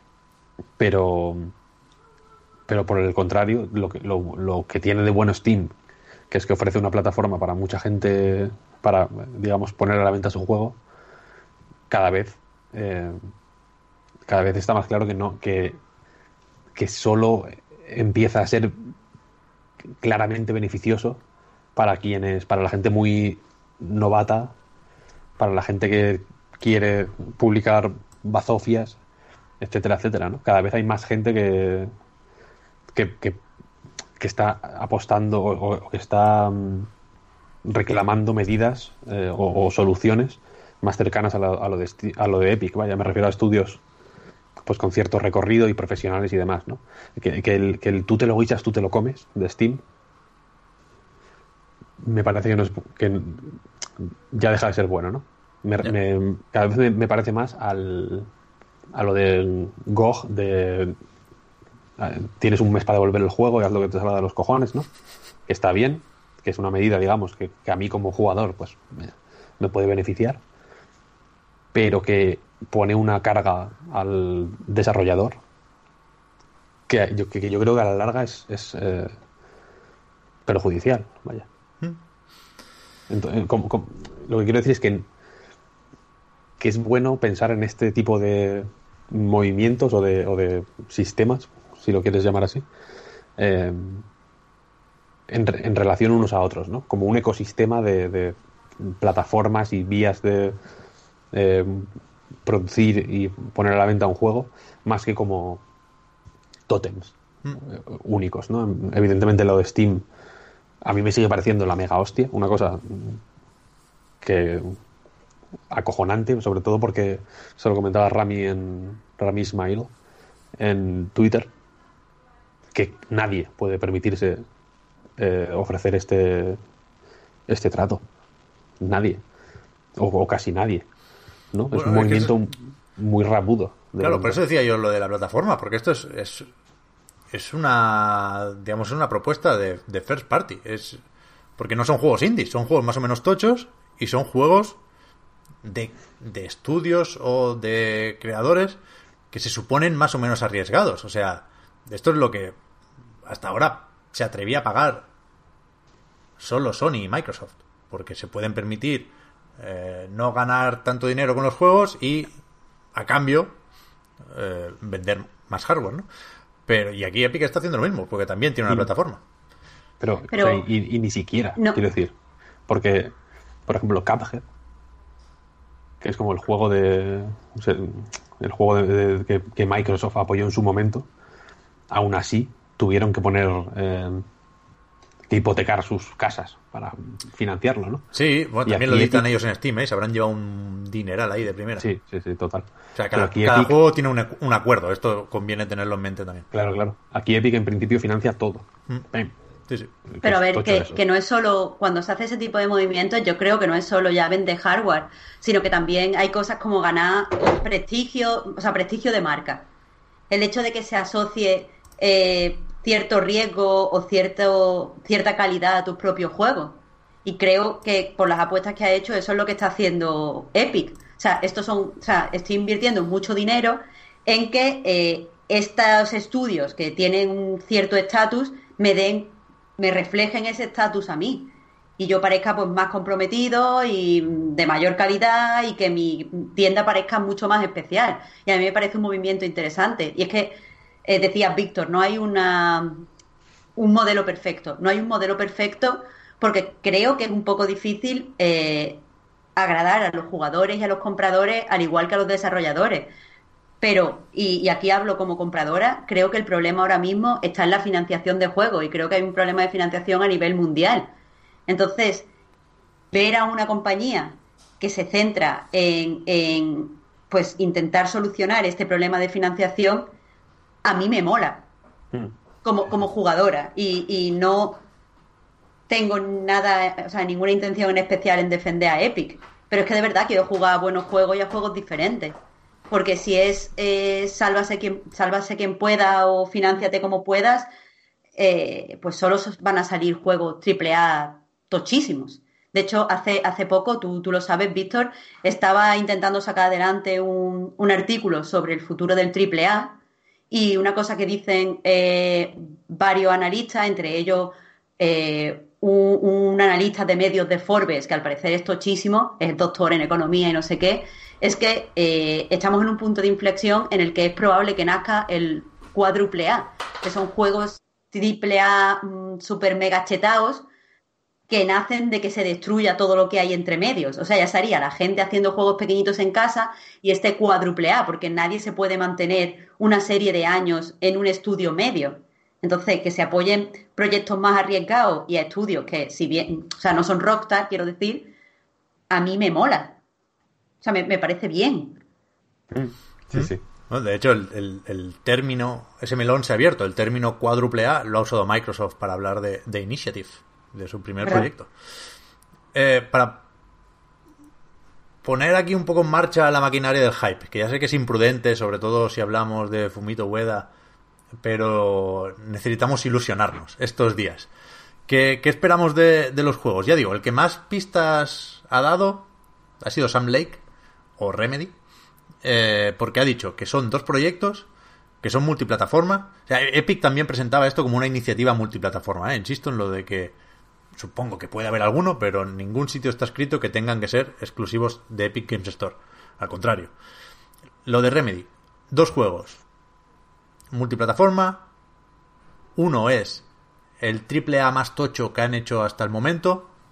Pero pero por el contrario, lo que, lo, lo que tiene de bueno Steam, que es que ofrece una plataforma para mucha gente para, digamos, poner a la venta su juego, cada vez eh, cada vez está más claro que no que, que solo empieza a ser claramente beneficioso para quienes, para la gente muy novata, para la gente que quiere publicar bazofias, etcétera, etcétera, ¿no? Cada vez hay más gente que que, que, que está apostando o, o que está um, reclamando medidas eh, o, o soluciones más cercanas a, la, a, lo de, a lo de Epic. Vaya, me refiero a estudios pues con cierto recorrido y profesionales y demás, ¿no? Que, que, el, que el tú te lo guichas, tú te lo comes de Steam, me parece que, no es, que ya deja de ser bueno, ¿no? Me, yeah. me, cada vez me, me parece más al, a lo del G O G de tienes un mes para devolver el juego y haz lo que te salga de los cojones, ¿no? Que está bien, que es una medida, digamos, que, que a mí como jugador pues me, me puede beneficiar, pero que pone una carga al desarrollador que yo, que yo creo que a la larga es, es eh, perjudicial, vaya. Entonces, como, como, lo que quiero decir es que, que es bueno pensar en este tipo de movimientos o de, o de sistemas, si lo quieres llamar así, eh, en, en relación unos a otros, ¿no? Como un ecosistema de, de plataformas y vías de eh, producir y poner a la venta un juego, más que como tótems mm. eh, únicos, ¿no? Evidentemente lo de Steam a mí me sigue pareciendo la mega hostia, una cosa que acojonante, sobre todo porque se lo comentaba Rami en Rami Ismail en Twitter, que nadie puede permitirse eh, ofrecer este este trato, nadie o, o casi nadie, ¿no? Bueno, es un movimiento es que es... muy rabudo. Claro, por eso decía yo lo de la plataforma, porque esto es es, es una digamos una propuesta de, de first party, es porque no son juegos indies, son juegos más o menos tochos y son juegos de, de estudios o de creadores que se suponen más o menos arriesgados. O sea, esto es lo que hasta ahora se atrevía a pagar solo Sony y Microsoft, porque se pueden permitir eh, no ganar tanto dinero con los juegos y a cambio eh, vender más hardware, ¿no? Pero y aquí Epic está haciendo lo mismo, porque también tiene una y, plataforma. Pero, pero o sea, y, y ni siquiera, no. quiero decir, porque por ejemplo Cuphead, que es como el juego de o sea, el juego de, de, que, que Microsoft apoyó en su momento, aún así tuvieron que poner eh, que hipotecar sus casas para financiarlo, ¿no? Sí, bueno, y también lo editan Epic... ellos en Steam, ¿eh? Se habrán llevado un dineral ahí de primera. Sí, sí, sí, total. O sea, cada, cada Epic... juego tiene un, un acuerdo, esto conviene tenerlo en mente también. Claro, claro. Aquí Epic en principio financia todo. Mm. Sí, sí. Pero a ver, que, que no es solo, cuando se hace ese tipo de movimientos, yo creo que no es solo ya vender hardware, sino que también hay cosas como ganar prestigio, o sea, prestigio de marca. El hecho de que se asocie eh, cierto riesgo o cierto, cierta calidad a tus propios juegos. Y creo que por las apuestas que ha hecho, eso es lo que está haciendo Epic. O sea, estos son, o sea, estoy invirtiendo mucho dinero en que eh, estos estudios que tienen un cierto estatus me den me reflejen ese estatus a mí y yo parezca pues más comprometido y de mayor calidad y que mi tienda parezca mucho más especial. Y a mí me parece un movimiento interesante. Y es que, eh, decías, Víctor, no hay una un modelo perfecto. No hay un modelo perfecto porque creo que es un poco difícil eh, agradar a los jugadores y a los compradores al igual que a los desarrolladores. Pero, y, y aquí hablo como compradora, creo que el problema ahora mismo está en la financiación de juegos y creo que hay un problema de financiación a nivel mundial. Entonces, ver a una compañía que se centra en, en pues intentar solucionar este problema de financiación, a mí me mola como, como jugadora y, y no tengo nada, o sea, ninguna intención en especial en defender a Epic. Pero es que de verdad quiero jugar a buenos juegos y a juegos diferentes. Porque si es eh, sálvase quien sálvase quien pueda o finánciate como puedas, eh, pues solo van a salir juegos triple A tochísimos. De hecho, hace hace poco, tú, tú lo sabes, Víctor, estaba intentando sacar adelante un, un artículo sobre el futuro del triple A y una cosa que dicen eh, varios analistas, entre ellos eh, un, un analista de medios de Forbes, que al parecer es tochísimo, es doctor en economía y no sé qué, es que eh, estamos en un punto de inflexión en el que es probable que nazca el cuádruple A, que son juegos triple A mmm, super mega chetaos que nacen de que se destruya todo lo que hay entre medios. O sea, ya estaría la gente haciendo juegos pequeñitos en casa y este cuádruple A, porque nadie se puede mantener una serie de años en un estudio medio. Entonces, que se apoyen proyectos más arriesgados y a estudios que, si bien, o sea, no son Rockstar, quiero decir, a mí me mola. O sea, me, me parece bien. Sí, sí. Bueno, de hecho, el, el, el término, ese melón se ha abierto. El término cuádruple A lo ha usado Microsoft para hablar de, de Initiative, de su primer ¿verdad? proyecto. Eh, para poner aquí un poco en marcha la maquinaria del hype, que ya sé que es imprudente, sobre todo si hablamos de Fumito Ueda, pero necesitamos ilusionarnos estos días. ¿Qué, qué esperamos de, de los juegos? Ya digo, el que más pistas ha dado ha sido Sam Lake o Remedy, eh, porque ha dicho que son dos proyectos que son multiplataforma. O sea, Epic también presentaba esto como una iniciativa multiplataforma, ¿eh? Insisto en lo de que supongo que puede haber alguno, pero en ningún sitio está escrito que tengan que ser exclusivos de Epic Games Store. Al contrario. Lo de Remedy, dos juegos multiplataforma. Uno es el triple A más tocho que han hecho hasta el momento,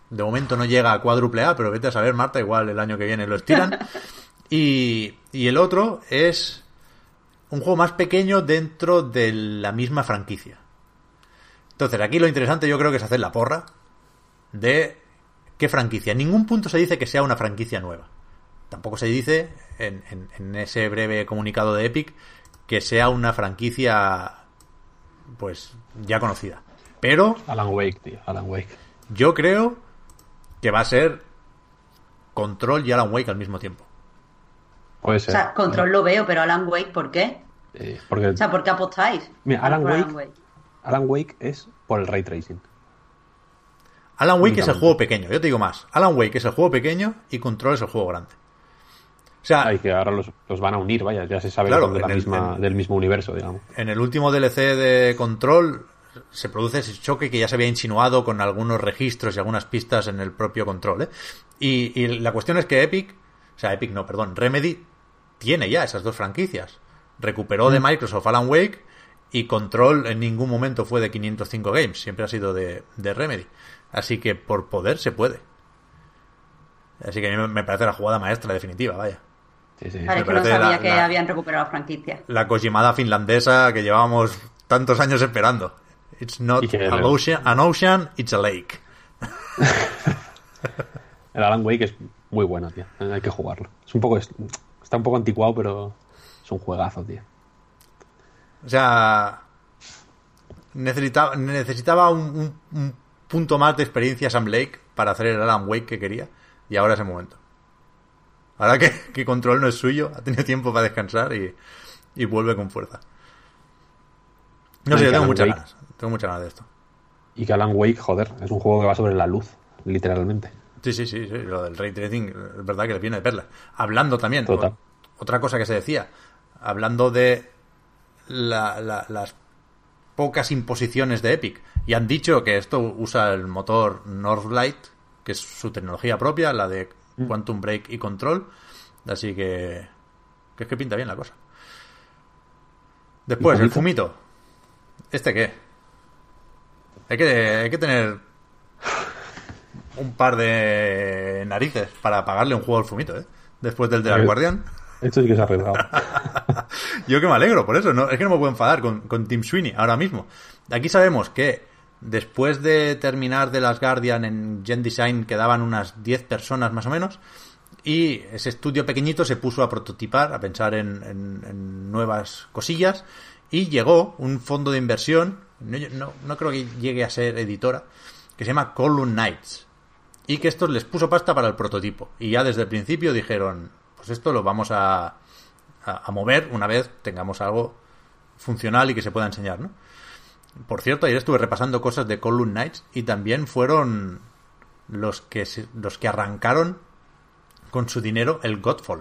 De momento no llega a cuádruple A, pero vete a saber, Marta, igual el año que viene lo estiran. y, y el otro es un juego más pequeño dentro de la misma franquicia. Entonces, aquí lo interesante yo creo que es hacer la porra de qué franquicia. En ningún punto se dice que sea una franquicia nueva. Tampoco se dice, en, en, en ese breve comunicado de Epic, que sea una franquicia pues ya conocida. Pero Alan Wake, tío, Alan Wake. Yo creo que va a ser Control y Alan Wake al mismo tiempo. Puede ser. O sea, Control lo veo, pero Alan Wake, ¿por qué? Eh, porque... O sea, ¿por qué apostáis? Mira, Alan Por Wake, Alan Wake. Alan Wake es por el ray tracing. Alan Wake es el juego pequeño, yo te digo más. Alan Wake es el juego pequeño y Control es el juego grande. O sea, Ay, que ahora los, los van a unir, vaya, ya se sabe claro, de la en el- misma, en- del mismo universo, digamos. en el último D L C de Control se produce ese choque que ya se había insinuado con algunos registros y algunas pistas en el propio Control, ¿eh? Y, y la cuestión es que Epic, o sea, Epic no, perdón, Remedy tiene ya esas dos franquicias. Recuperó de Microsoft Alan Wake y Control en ningún momento fue de quinientos cinco Games, siempre ha sido de, de Remedy. Así que por poder se puede. Así que a mí me parece la jugada maestra definitiva, vaya. Sí, sí. Vale, es que no parece sabía la- que la- habían recuperado la franquicia. La Kojimada finlandesa que llevábamos tantos años esperando. It's not Y que- an ocean, an ocean, it's a lake. El Alan Wake es muy bueno, tío. Hay que jugarlo. Es un poco... Está un poco anticuado, pero es un juegazo, tío. O sea, necesitaba, necesitaba un, un- un punto más de experiencia Sam Lake para hacer el Alan Wake que quería, y ahora es el momento. Ahora que, que Control no es suyo, ha tenido tiempo para descansar y, y vuelve con fuerza. No No, sé, y yo que tengo Alan muchas Wake- ganas. Tengo muchas ganas de esto. Y que Alan Wake, joder, es un juego que va sobre la luz, literalmente. Sí, sí, sí, sí, lo del ray tracing es verdad que le viene de perla. Hablando también, Total. o- otra cosa que se decía, hablando de la- la- las pocas imposiciones de Epic, y han dicho que esto usa el motor Northlight, que es su tecnología propia, la de Quantum Break y Control, así que que es que pinta bien la cosa. Después, ¿Y el Fumito? fumito. ¿Este qué? Hay que, hay que tener un par de narices para pagarle un juego al fumito, ¿eh? Después del de la Eh, Guardian. Esto sí que se ha arriesgado. Yo que me alegro por eso, ¿no? Es que no me puedo enfadar con, con Tim Sweeney ahora mismo. Aquí sabemos que después de terminar de las Guardian en Gen Design quedaban unas diez personas más o menos, y ese estudio pequeñito se puso a prototipar, a pensar en, en- en nuevas cosillas, y llegó un fondo de inversión, no, no, no creo que llegue a ser editora, que se llama Column Knights, y que esto les puso pasta para el prototipo, y ya desde el principio dijeron, pues esto lo vamos a, a, a mover una vez tengamos algo funcional y que se pueda enseñar, ¿no? Por cierto, ayer estuve repasando cosas de Column Knights y también fueron los que se- los que arrancaron con su dinero el Godfall.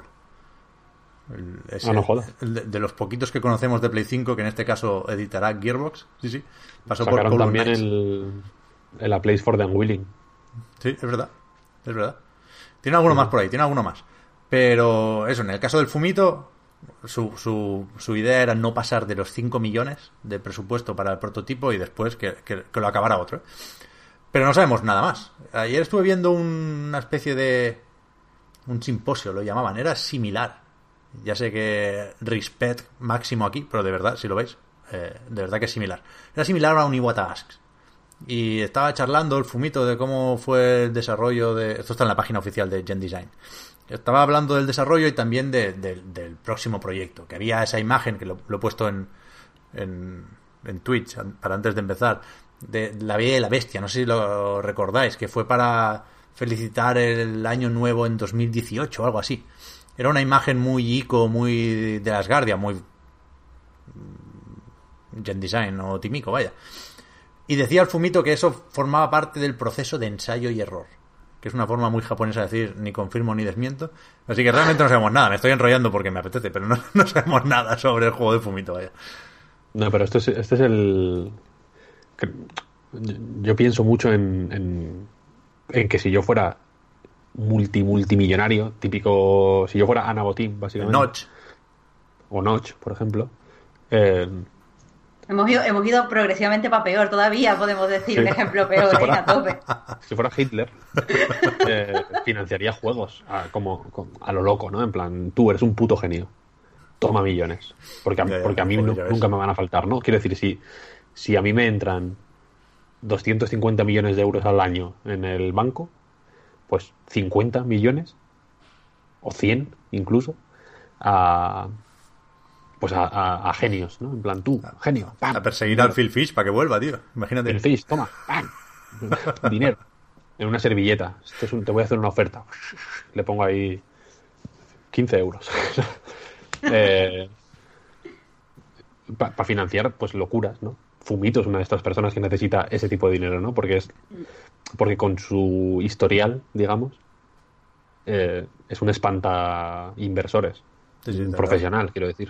El- ese- Ah, no jodas. el de, de los poquitos que conocemos de Play cinco, que en este caso editará Gearbox. Sí, sí. Pasó por Sacaron Column también Knights. el, el A Place for the Unwilling. Sí, es verdad. Es verdad. Tiene alguno más por ahí, tiene alguno más. Pero eso, en el caso del Fumito, su, su, su idea era no pasar de los cinco millones de presupuesto para el prototipo y después que, que- que lo acabara otro. Pero no sabemos nada más. Ayer estuve viendo un- una especie de... un simposio, lo llamaban. Era similar. Ya sé que respect máximo aquí, pero de verdad, si lo veis, eh, de verdad que es similar. Era similar a un Iwata Asks. Y estaba charlando el Fumito de cómo fue el desarrollo de... Esto está en la página oficial de Gen Design. Estaba hablando del desarrollo y también de- de- del próximo proyecto. Que había esa imagen, que lo, lo he puesto en, en, en Twitch an- para antes de empezar, de La Bella y la Bestia. No sé si lo recordáis, que fue para felicitar el año nuevo en dos mil dieciocho o algo así. Era una imagen muy ico, muy de las Guardian, muy Gen Design o Timico, vaya. Y decía el Fumito que eso formaba parte del proceso de ensayo y error, que es una forma muy japonesa de decir ni confirmo ni desmiento. Así que realmente no sabemos nada, me estoy enrollando porque me apetece, pero no, no sabemos nada sobre el juego de Fumito, vaya. No, pero esto es, este es el... que- Yo pienso mucho en, en, en que si yo fuera multi multimillonario, típico... Si yo fuera Ana Botín, básicamente. Notch. O Notch, por ejemplo. eh, Hemos ido, hemos ido progresivamente para peor, todavía podemos decir un ejemplo peor, si ¿eh? fuera, A tope. Si fuera Hitler, eh, financiaría juegos a, como, como a lo loco, ¿no? En plan, tú eres un puto genio. Toma millones. Porque a, Ya, ya, porque a mí joder, no- ya ves. nunca me van a faltar, ¿no? Quiero decir, si, si a mí me entran doscientos cincuenta millones de euros al año en el banco, pues cincuenta millones o cien incluso a pues a, a- a genios, ¿no? En plan, tú, genio, ¡pam! A perseguir al Phil Fish para que vuelva, tío. Imagínate. El Fish, toma, ¡pam! Dinero en una servilleta. Esto es un- te voy a hacer una oferta. Le pongo ahí quince euros. eh, para financiar pues locuras, ¿no? Fumito es una de estas personas que necesita ese tipo de dinero, ¿no? Porque es porque con su historial, digamos, eh, es un espanta inversores. Sí, sí, está Profesional, quiero decir.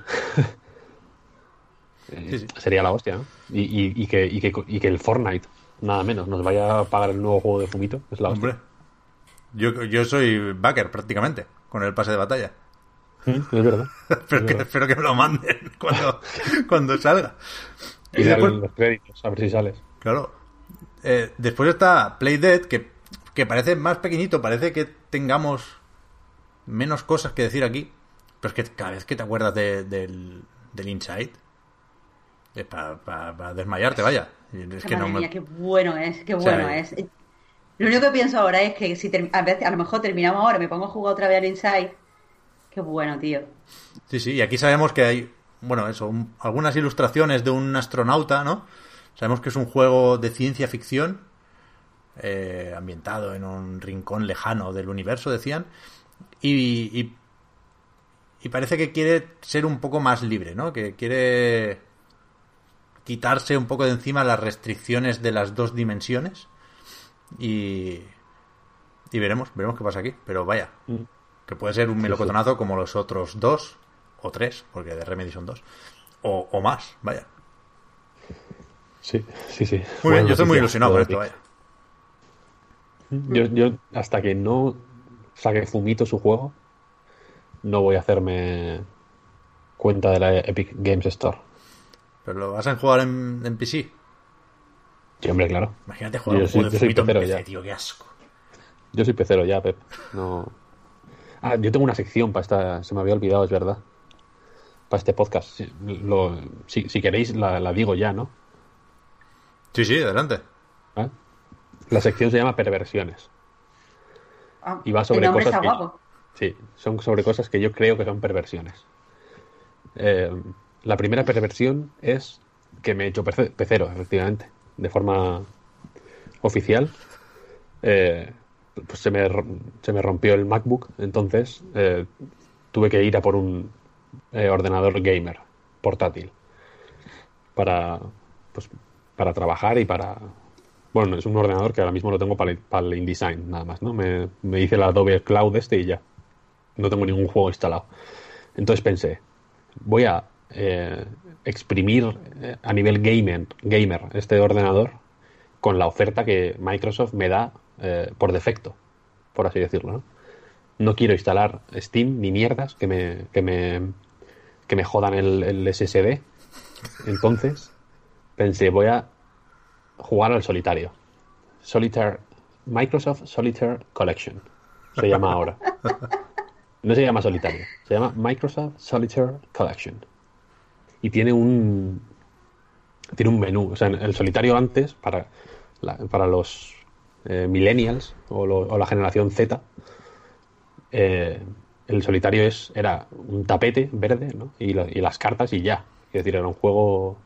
Eh, Sí, sí. Sería la hostia, ¿no? Y, y- y que, y, que, y que el Fortnite, nada menos, nos vaya a pagar el nuevo juego de Fumito, es la hostia. Hombre. Yo, yo soy backer prácticamente con el pase de batalla. Mm, Es verdad. Pero que, espero que me lo manden cuando, cuando salga. Y Y dar después, los créditos, a ver si sales. claro. Eh, después está Playdead, que, que parece más pequeñito, parece que tengamos menos cosas que decir aquí. Pero es que cada vez que te acuerdas de- del, del Inside, es para, para- para desmayarte, vaya. Es que Madre no mía, me... qué bueno es, qué O sea, bueno es. Lo único que pienso ahora es que si ter- a, veces, a lo mejor terminamos ahora, me pongo a jugar otra vez al Inside. Qué bueno, tío. Sí, sí, y aquí sabemos que hay, bueno, eso, un- algunas ilustraciones de un astronauta, ¿no? Sabemos que es un juego de ciencia ficción, eh, ambientado en un rincón lejano del universo, decían, y, y, y parece que quiere ser un poco más libre, ¿no? Que quiere quitarse un poco de encima las restricciones de las dos dimensiones y, y veremos, veremos qué pasa aquí, pero vaya, Mm. que puede ser un melocotonazo como los otros dos o tres, porque de Remedy son dos, o, o más, vaya. Sí, sí, sí. Muy Buena bien, yo estoy muy noticia, ilusionado lo con de esto, Epic. vaya. Yo, yo, hasta que no saque Fumito su juego, no voy a hacerme cuenta de la Epic Games Store. Pero lo vas a jugar en, en P C. Sí, hombre, claro. Imagínate jugar Yo un soy- juego de yo soy Fumito en pecero P C, ya. tío, qué asco. Yo soy pecero ya, Pep. No. Ah, yo tengo una sección para esta. Se me había olvidado, es verdad. Para este podcast. Si, lo- si, si queréis, la, la digo ya, ¿no? Sí, sí, adelante. ¿Ah? La sección se llama Perversiones. Ah, Y va el sobre nombre cosas está que, guapo. sí, son sobre cosas que yo creo que son perversiones. Eh, la primera perversión es que me he hecho perce- pecero, efectivamente, de forma oficial. Eh, pues se me, ro- se me rompió el MacBook, entonces eh, tuve que ir a por un eh, ordenador gamer portátil para, pues, para trabajar y para... Bueno, es un ordenador que ahora mismo lo tengo para el, para el InDesign, nada más, ¿no? Me, me hice el Adobe Cloud este y ya. No tengo ningún juego instalado. Entonces pensé, voy a eh, exprimir eh, a nivel gamer, gamer este ordenador con la oferta que Microsoft me da eh, por defecto, por así decirlo, ¿no? No quiero instalar Steam ni mierdas que me, que me, que me jodan el, el S S D. Entonces pensé, voy a jugar al solitario. Solitaire, Microsoft Solitaire Collection se llama ahora. No se llama solitario, se llama Microsoft Solitaire Collection. Y tiene un tiene un menú. O sea, el solitario antes, para, la- para los eh, millennials o, lo- o la generación Z, eh, el solitario es era un tapete verde, ¿no? y, la- y las cartas y ya. Es decir, era un juego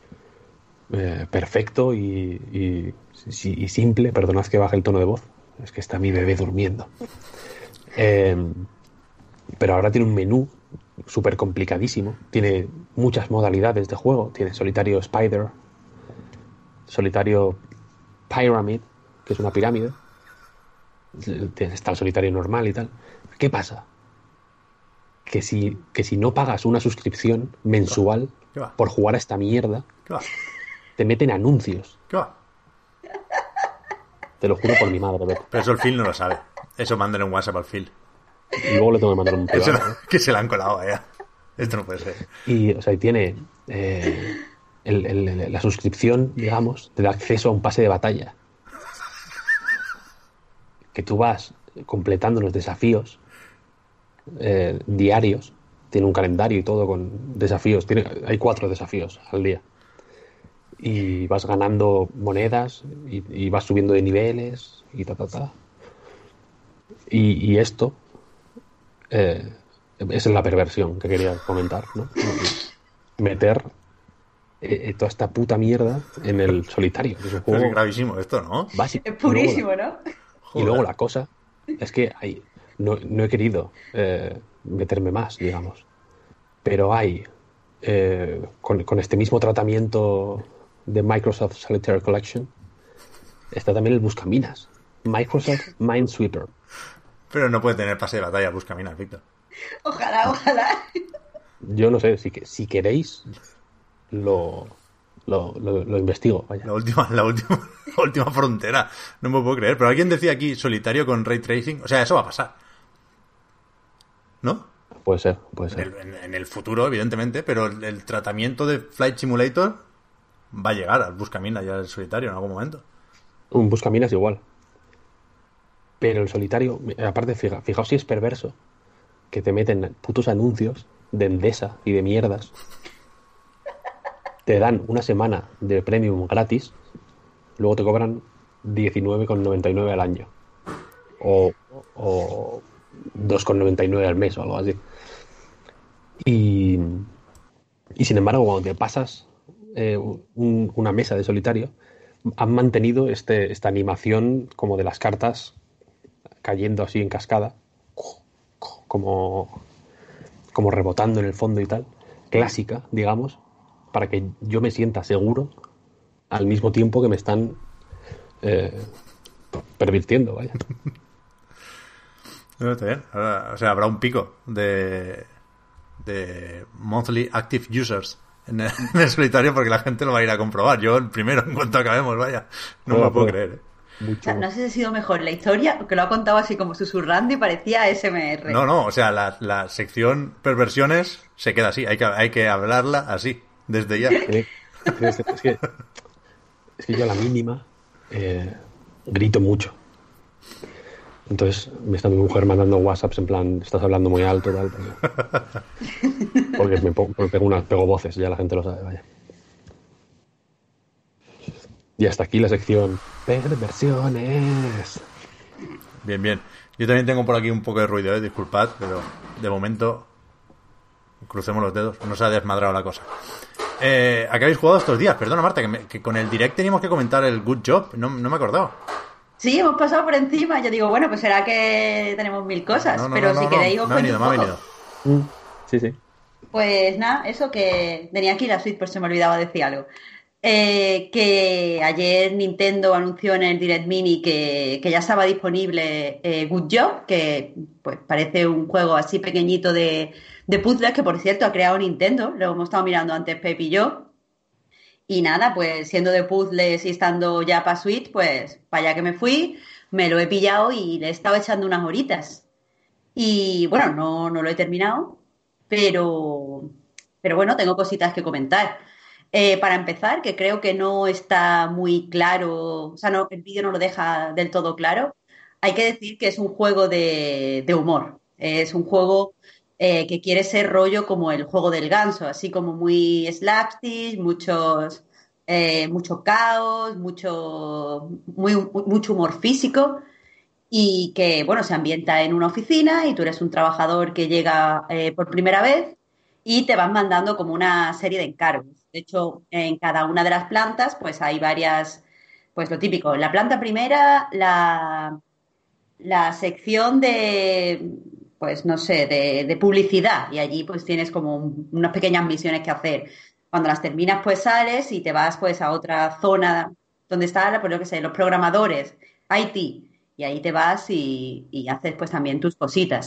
eh, perfecto y, y, y- y simple. Perdonad que baje el tono de voz. Es que está mi bebé durmiendo. Eh, pero ahora tiene un menú súper complicadísimo. Tiene muchas modalidades de juego. Tiene solitario Spider, solitario Pyramid, que es una pirámide. Está el solitario normal y tal. ¿Qué pasa? Que si, que si no pagas una suscripción mensual ¿Qué va? por jugar a esta mierda, ¿Qué va? te meten anuncios. ¿Qué va? Te lo juro por mi madre, Beto. Pero eso el Phil no lo sabe. Eso mándale un WhatsApp al Phil. Y luego le tengo que mandar un Eso privado. no- que se la han colado allá. Esto no puede ser. Y, o sea, y tiene eh, el, el, la suscripción, digamos, te da acceso a un pase de batalla. Que tú vas completando los desafíos eh, diarios. Tiene un calendario y todo con desafíos. Tiene, hay cuatro desafíos al día. Y vas ganando monedas y, y vas subiendo de niveles y ta, ta, ta. Y, y esto eh, esa es la perversión que quería comentar, ¿no? Meter eh, toda esta puta mierda en el solitario. Que es un juego es gravísimo esto, ¿no? Básico. Es purísimo, y luego, ¿no? Y luego la cosa es que hay, no, no he querido eh, meterme más, digamos. Pero hay, eh, con, con este mismo tratamiento de Microsoft Solitaire Collection, está también el Buscaminas. Microsoft Minesweeper. Pero no puede tener pase de batalla Buscaminas, Víctor. Ojalá, ojalá. Yo no sé, si, si queréis, lo, lo, lo, lo investigo. Vaya. La última, la última, la última frontera. No me puedo creer. Pero alguien decía aquí solitario con ray tracing. O sea, eso va a pasar. ¿No? Puede ser, puede ser. En el, en, en el futuro, evidentemente, pero el, el tratamiento de Flight Simulator va a llegar al Buscaminas y al solitario en algún momento. Un Buscaminas igual. Pero el solitario, aparte, fija, fijaos si es perverso, que te meten putos anuncios de Endesa y de mierdas. Te dan una semana de premium gratis, luego te cobran diecinueve con noventa y nueve al año. O, o dos con noventa y nueve al mes o algo así. Y, y sin embargo, cuando te pasas eh, un, una mesa de solitario, han mantenido este, esta animación como de las cartas cayendo así en cascada, como, como rebotando en el fondo y tal, clásica, digamos, para que yo me sienta seguro al mismo tiempo que me están eh, pervirtiendo, vaya. No, está bien. Ahora, o sea, habrá un pico de, de monthly active users en el, en el solitario porque la gente lo va a ir a comprobar. Yo el primero, en cuanto acabemos, vaya. No me lo puedo creer, ¿eh? O sea, no sé si ha sido mejor la historia o que lo ha contado así como susurrando y parecía A S M R. No, no, o sea, la, la sección perversiones se queda así. Hay que, hay que hablarla así, desde ya. Eh, es, es, que, es que yo a la mínima eh, grito mucho. Entonces me está mi mujer mandando WhatsApps en plan, estás hablando muy alto, tal. Porque, porque me pongo, pego, unas, pego voces, ya la gente lo sabe, vaya. Y hasta aquí la sección perversiones. Bien, bien. Yo también tengo por aquí un poco de ruido, ¿eh? Disculpad, pero de momento crucemos los dedos. No se ha desmadrado la cosa. Eh, ¿A qué habéis jugado estos días? Perdona, Marta, que, me, que con el direct teníamos que comentar el Good Job. No, no me he acordado. Sí, hemos pasado por encima. Yo digo, bueno, pues será que tenemos mil cosas. No, no, pero no, si no, queréis, no. os Me ha cuento venido, un me ha poco. venido. Sí, sí. Pues nada, eso que tenía aquí la suite, por si me olvidaba decir algo. Eh, que ayer Nintendo anunció en el Direct Mini que, que ya estaba disponible eh, Good Job, que pues parece un juego así pequeñito de, de puzzles, que por cierto ha creado Nintendo, lo hemos estado mirando antes Pep y yo. Y nada, pues siendo de puzzles y estando ya para Switch, pues para allá que me fui, me lo he pillado y le he estado echando unas horitas. Y bueno, no, no lo he terminado, pero, pero bueno, tengo cositas que comentar. Eh, para empezar, que creo que no está muy claro, o sea, no, el vídeo no lo deja del todo claro, hay que decir que es un juego de, de humor. Es un juego eh, que quiere ser rollo como el juego del ganso, así como muy slapstick, muchos, eh, mucho caos, mucho, muy, mucho humor físico y que, bueno, se ambienta en una oficina y tú eres un trabajador que llega eh, por primera vez y te van mandando como una serie de encargos. De hecho, en cada una de las plantas, pues hay varias, pues lo típico. La planta primera, la, la sección de, pues no sé, de, de publicidad y allí pues tienes como un, unas pequeñas misiones que hacer. Cuando las terminas, pues sales y te vas pues a otra zona donde están, pues lo que sé, los programadores, I T, y ahí te vas y, y haces pues también tus cositas.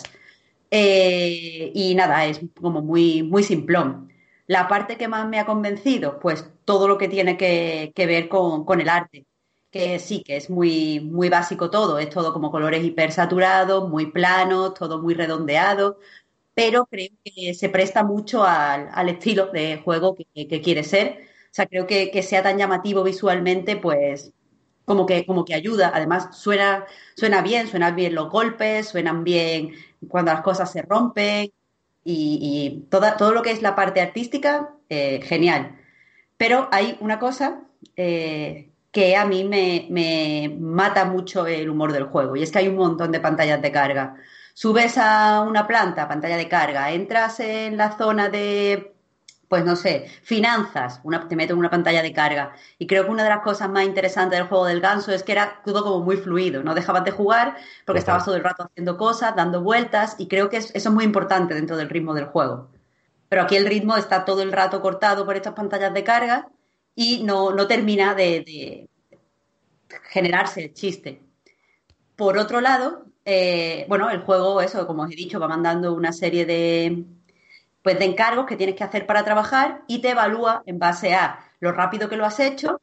Eh, y nada, es como muy, muy simplón. La parte que más me ha convencido, pues todo lo que tiene que, que ver con, con el arte, que sí, que es muy, muy básico todo, es todo como colores hipersaturados, muy planos, todo muy redondeado, pero creo que se presta mucho al, al estilo de juego que, que quiere ser. O sea, creo que, que sea tan llamativo visualmente, pues como que, como que ayuda. Además, suena, suena bien, suenan bien los golpes, suenan bien cuando las cosas se rompen y, y toda, todo lo que es la parte artística, eh, genial. Pero hay una cosa eh, que a mí me, me mata mucho el humor del juego y es que hay un montón de pantallas de carga. Subes a una planta, pantalla de carga, entras en la zona de, pues no sé, finanzas, una, te meto en una pantalla de carga. Y creo que una de las cosas más interesantes del juego del ganso es que era todo como muy fluido, no dejabas de jugar porque estabas todo el rato haciendo cosas, dando vueltas y creo que es, eso es muy importante dentro del ritmo del juego. Pero aquí el ritmo está todo el rato cortado por estas pantallas de carga y no, no termina de, de generarse el chiste. Por otro lado, eh, bueno, el juego, eso, como os he dicho, va mandando una serie de, pues, de encargos que tienes que hacer para trabajar y te evalúa en base a lo rápido que lo has hecho,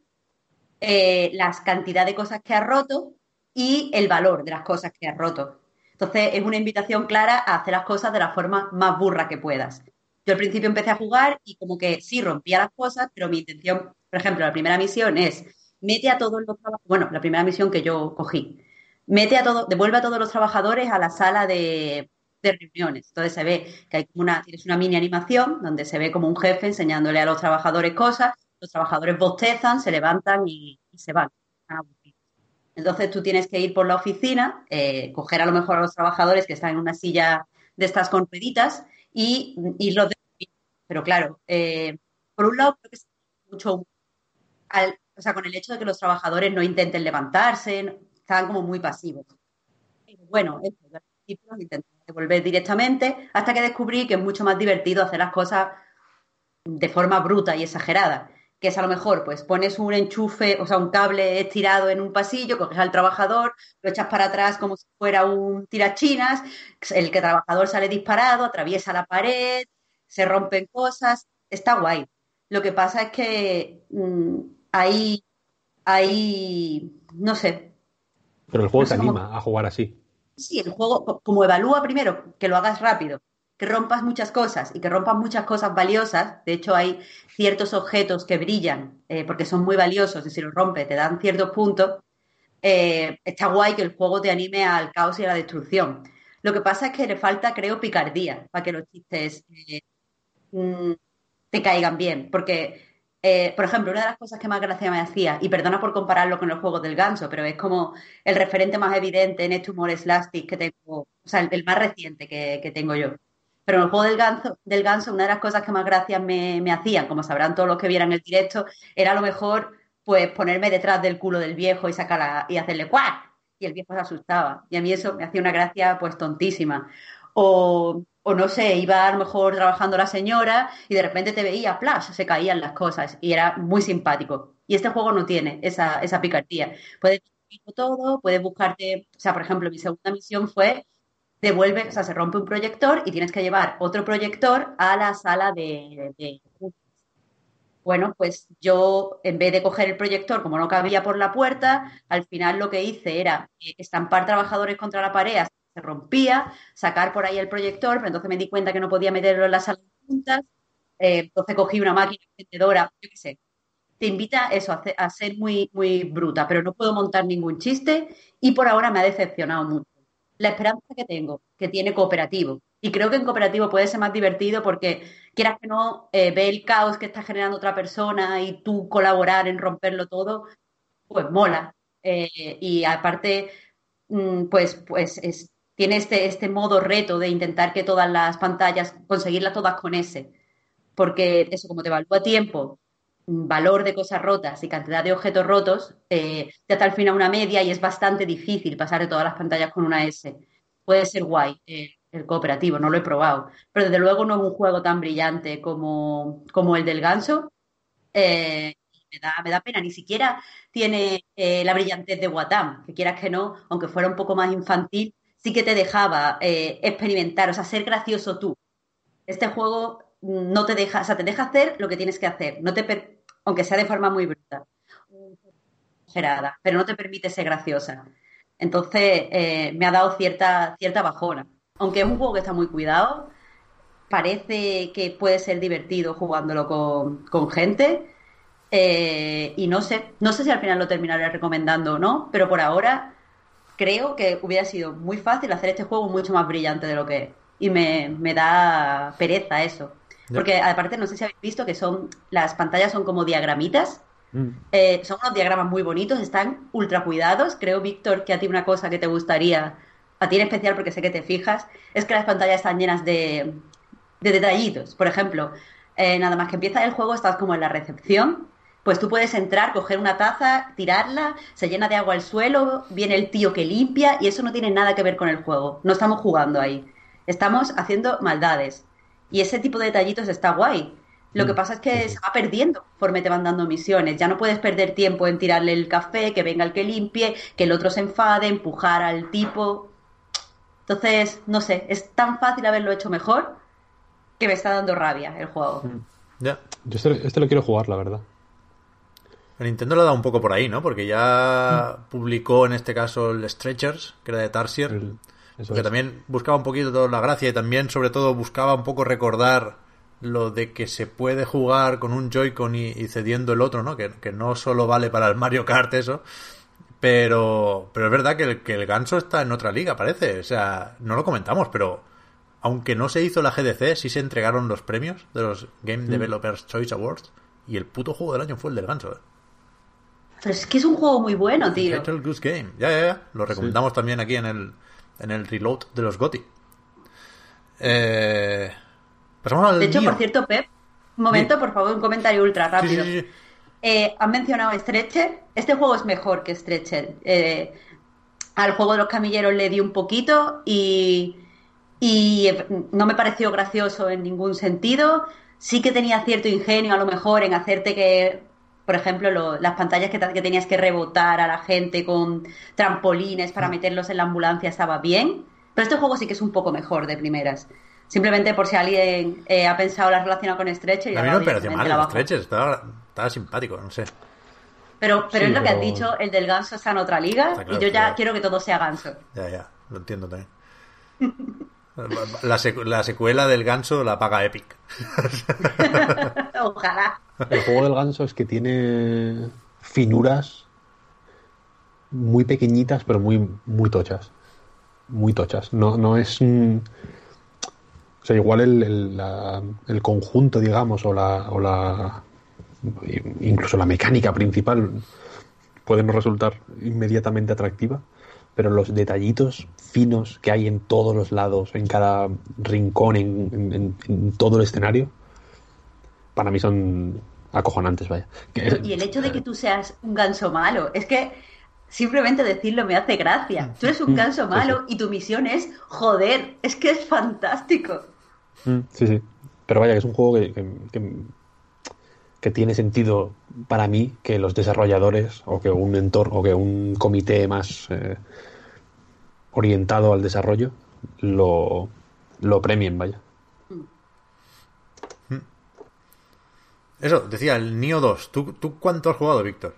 eh, las cantidad de cosas que has roto y el valor de las cosas que has roto. Entonces, es una invitación clara a hacer las cosas de la forma más burra que puedas. Yo al principio empecé a jugar y como que sí rompía las cosas, pero mi intención, por ejemplo, la primera misión es mete a todos los trabajadores, bueno, la primera misión que yo cogí, mete a todo, devuelve a todos los trabajadores a la sala de, de reuniones. Entonces se ve que hay como una, tienes una mini animación donde se ve como un jefe enseñándole a los trabajadores cosas, los trabajadores bostezan, se levantan y, y se van. Entonces tú tienes que ir por la oficina, eh, coger a lo mejor a los trabajadores que están en una silla de estas con rueditas y irlos de... Pero claro, eh, por un lado creo que es mucho... Al, o sea, con el hecho de que los trabajadores no intenten levantarse, no, estaban como muy pasivos. Y bueno, eso, al principio los intenté devolver directamente hasta que descubrí que es mucho más divertido hacer las cosas de forma bruta y exagerada. Que es a lo mejor, pues pones un enchufe, o sea, un cable estirado en un pasillo, coges al trabajador, lo echas para atrás como si fuera un tirachinas, el que trabajador sale disparado, atraviesa la pared, se rompen cosas, está guay. Lo que pasa es que mmm, hay, hay, no sé. Pero el juego No te sé anima cómo... a jugar así. Sí, el juego, como evalúa primero, que lo hagas rápido, que rompas muchas cosas y que rompas muchas cosas valiosas. De hecho, hay ciertos objetos que brillan eh, porque son muy valiosos y si los rompes te dan ciertos puntos. Eh, está guay que el juego te anime al caos y a la destrucción. Lo que pasa es que le falta, creo, picardía para que los chistes eh, mm, te caigan bien. Porque, eh, por ejemplo, una de las cosas que más gracia me hacía, y perdona por compararlo con los juegos del ganso, pero es como el referente más evidente en este humor slapstick que tengo, o sea, el, el más reciente que, que tengo yo. Pero en el juego del ganso, del ganso, una de las cosas que más gracias me, me hacían, como sabrán todos los que vieran el directo, era a lo mejor pues ponerme detrás del culo del viejo y sacarla y hacerle ¡cuac! Y el viejo se asustaba. Y a mí eso me hacía una gracia pues tontísima. O, o no sé, iba a lo mejor trabajando la señora y de repente te veía, ¡plash! Se caían las cosas y era muy simpático. Y este juego no tiene esa, esa picardía. Puedes todo, puedes buscarte, o sea, por ejemplo, mi segunda misión fue devuelve, o sea, se rompe un proyector y tienes que llevar otro proyector a la sala de, de... Bueno, pues yo, en vez de coger el proyector, como no cabía por la puerta, al final lo que hice era estampar trabajadores contra la pared hasta que se rompía, sacar por ahí el proyector, pero entonces me di cuenta que no podía meterlo en la sala de juntas, eh, entonces cogí una máquina encendedora, yo qué sé. Te invita eso, a, a ser muy, muy bruta, pero no puedo montar ningún chiste y por ahora me ha decepcionado mucho. La esperanza que tengo, que tiene cooperativo. Y creo que en cooperativo puede ser más divertido porque quieras que no, eh, ve el caos que está generando otra persona y tú colaborar en romperlo todo, pues mola. Eh, y aparte, mm, pues, pues es, tiene este, este modo reto de intentar que todas las pantallas, conseguirlas todas con ese. Porque eso, como te evalúa tiempo, valor de cosas rotas y cantidad de objetos rotos, eh, te da al final una media y es bastante difícil pasar de todas las pantallas con una S. Puede ser guay eh, el cooperativo, no lo he probado, pero desde luego no es un juego tan brillante como, como el del ganso. Eh, me da, me da pena, ni siquiera tiene eh, la brillantez de Watam, que quieras que no, aunque fuera un poco más infantil, sí que te dejaba eh, experimentar, o sea, ser gracioso tú. Este juego no te deja, o sea, te deja hacer lo que tienes que hacer, no te per, aunque sea de forma muy bruta, exagerada, pero no te permite ser graciosa. Entonces, eh, me ha dado cierta, cierta bajona. Aunque es un juego que está muy cuidado, parece que puede ser divertido jugándolo con, con gente. Eh, y no sé, no sé si al final lo terminaré recomendando o no, pero por ahora creo que hubiera sido muy fácil hacer este juego mucho más brillante de lo que es. Y me, me da pereza eso. Porque aparte no sé si habéis visto que son las pantallas son como diagramitas. Mm. Eh, son unos diagramas muy bonitos, están ultra cuidados. Creo, Víctor, que a ti una cosa que te gustaría, a ti en especial porque sé que te fijas, es que las pantallas están llenas de, de detallitos. Por ejemplo, eh, nada más que empieza el juego, estás como en la recepción. Pues tú puedes entrar, coger una taza, tirarla, se llena de agua el suelo, viene el tío que limpia y eso no tiene nada que ver con el juego. No estamos jugando ahí. Estamos haciendo maldades. Y ese tipo de detallitos está guay. Lo que pasa es que se va perdiendo conforme te van dando misiones. Ya no puedes perder tiempo en tirarle el café, que venga el que limpie, que el otro se enfade, empujar al tipo. Entonces, no sé, es tan fácil haberlo hecho mejor que me está dando rabia el juego. Ya. Yo este, este lo quiero jugar, la verdad. El Nintendo lo ha dado un poco por ahí, ¿no? Porque ya mm. publicó en este caso el Stretchers, que era de Tarsier, el, porque es. También buscaba un poquito toda la gracia y también, sobre todo, buscaba un poco recordar lo de que se puede jugar con un Joy-Con y, y cediendo el otro, ¿no? Que, que no solo vale para el Mario Kart eso, pero pero es verdad que el, que el ganso está en otra liga, parece. O sea, no lo comentamos, pero aunque no se hizo la G D C, sí se entregaron los premios de los Game mm. Developers Choice Awards y el puto juego del año fue el del ganso, ¿eh? Pero es que es un juego muy bueno, tío. Little Goose Game. Ya, ya, ya. Lo recomendamos sí. también aquí en el, en el reload de los GOTY. Eh, pasamos al De hecho, mío. por cierto, Pep, un momento, sí. por favor, un comentario ultra rápido. Sí, sí, sí. Eh, han mencionado Stretcher. Este juego es mejor que Stretcher. Eh, al juego de los camilleros le di un poquito y, y no me pareció gracioso en ningún sentido. Sí que tenía cierto ingenio, a lo mejor, en hacerte que... Por ejemplo, lo, las pantallas que, que tenías que rebotar a la gente con trampolines para meterlos en la ambulancia estaba bien. Pero este juego sí que es un poco mejor de primeras. Simplemente por si alguien eh, ha pensado la relacionada con Stretcher. Y a mí no me pareció mal el Stretcher, estaba, estaba simpático, no sé. Pero, pero sí, es lo pero... que has dicho, el del ganso está en otra liga claro, y yo ya claro. quiero que todo sea ganso. Ya, ya, lo entiendo también. La, secu- la secuela del ganso la paga Epic. Ojalá. El juego del ganso es que tiene finuras muy pequeñitas, pero muy, muy tochas. Muy tochas. No, no es... Mm, o sea, igual el, el, la, el conjunto, digamos, o la, o la... incluso la mecánica principal puede no resultar inmediatamente atractiva, pero los detallitos finos que hay en todos los lados, en cada rincón, en, en, en todo el escenario, para mí son acojonantes, vaya. Y el hecho de que tú seas un ganso malo, es que simplemente decirlo me hace gracia. Tú eres un ganso malo sí, sí. y tu misión es joder, es que es fantástico. Sí, sí. Pero vaya, que es un juego que, que, que, que tiene sentido para mí que los desarrolladores o que un entorno o que un comité más eh, orientado al desarrollo lo, lo premien, vaya. Eso, decía, el Nioh dos. ¿Tú, ¿Tú cuánto has jugado, Víctor?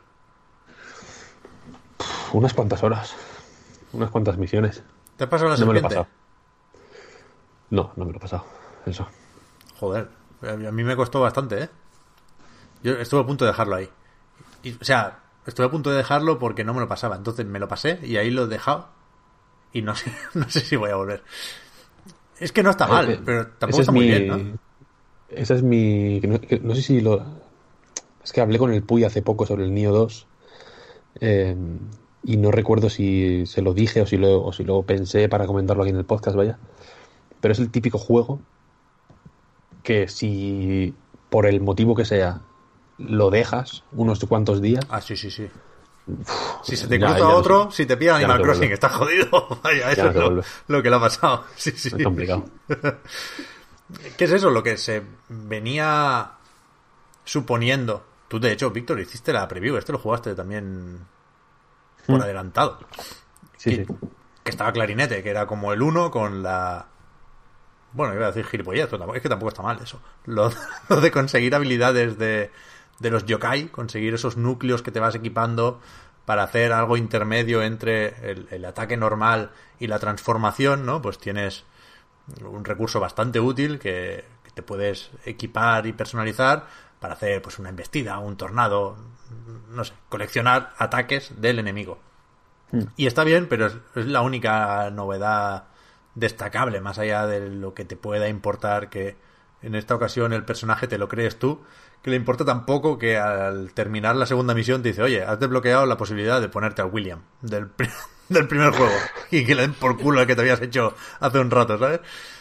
Unas cuantas horas. Unas cuantas misiones. ¿Te has pasado la serpiente? No me lo he pasado. No, no me lo he pasado. Eso. Joder, a mí me costó bastante, ¿eh? Yo estuve a punto de dejarlo ahí. Y, o sea, estuve a punto de dejarlo porque no me lo pasaba. Entonces me lo pasé y ahí lo he dejado. Y no sé, no sé si voy a volver. Es que no está mal, eh, pero tampoco está muy mi... bien, ¿no? Esa es mi... No, no sé si lo... Es que hablé con el Puy hace poco sobre el Nioh dos eh, y no recuerdo si se lo dije o si lo, o si lo pensé para comentarlo aquí en el podcast, vaya. Pero es el típico juego que si por el motivo que sea lo dejas unos cuantos días... Ah, sí, sí, sí. Uf, si se te cruza ya, ya otro, no sé. Si te pilla Animal no Crossing, estás jodido. Vaya, eso no es lo, lo que le ha pasado. Sí, sí. Es complicado. ¿Qué es eso? Lo que se venía suponiendo. Tú, de hecho, Víctor, hiciste la preview. Este lo jugaste también por mm. adelantado. Sí, que, sí. que estaba clarinete, que era como el uno con la... Bueno, iba a decir gilipollas, pero es que tampoco está mal eso. Lo, lo de conseguir habilidades de, de los yokai, conseguir esos núcleos que te vas equipando para hacer algo intermedio entre el, el ataque normal y la transformación, ¿no? Pues tienes un recurso bastante útil que, que te puedes equipar y personalizar para hacer pues una embestida, un tornado, no sé, coleccionar ataques del enemigo. Mm. Y está bien, pero es, es la única novedad destacable, más allá de lo que te pueda importar, que en esta ocasión el personaje te lo crees tú, que le importa tan poco que al terminar la segunda misión te dice, oye, has desbloqueado la posibilidad de ponerte al William del, del primer juego y que le den por culo el que te habías hecho hace un rato, ¿sabes?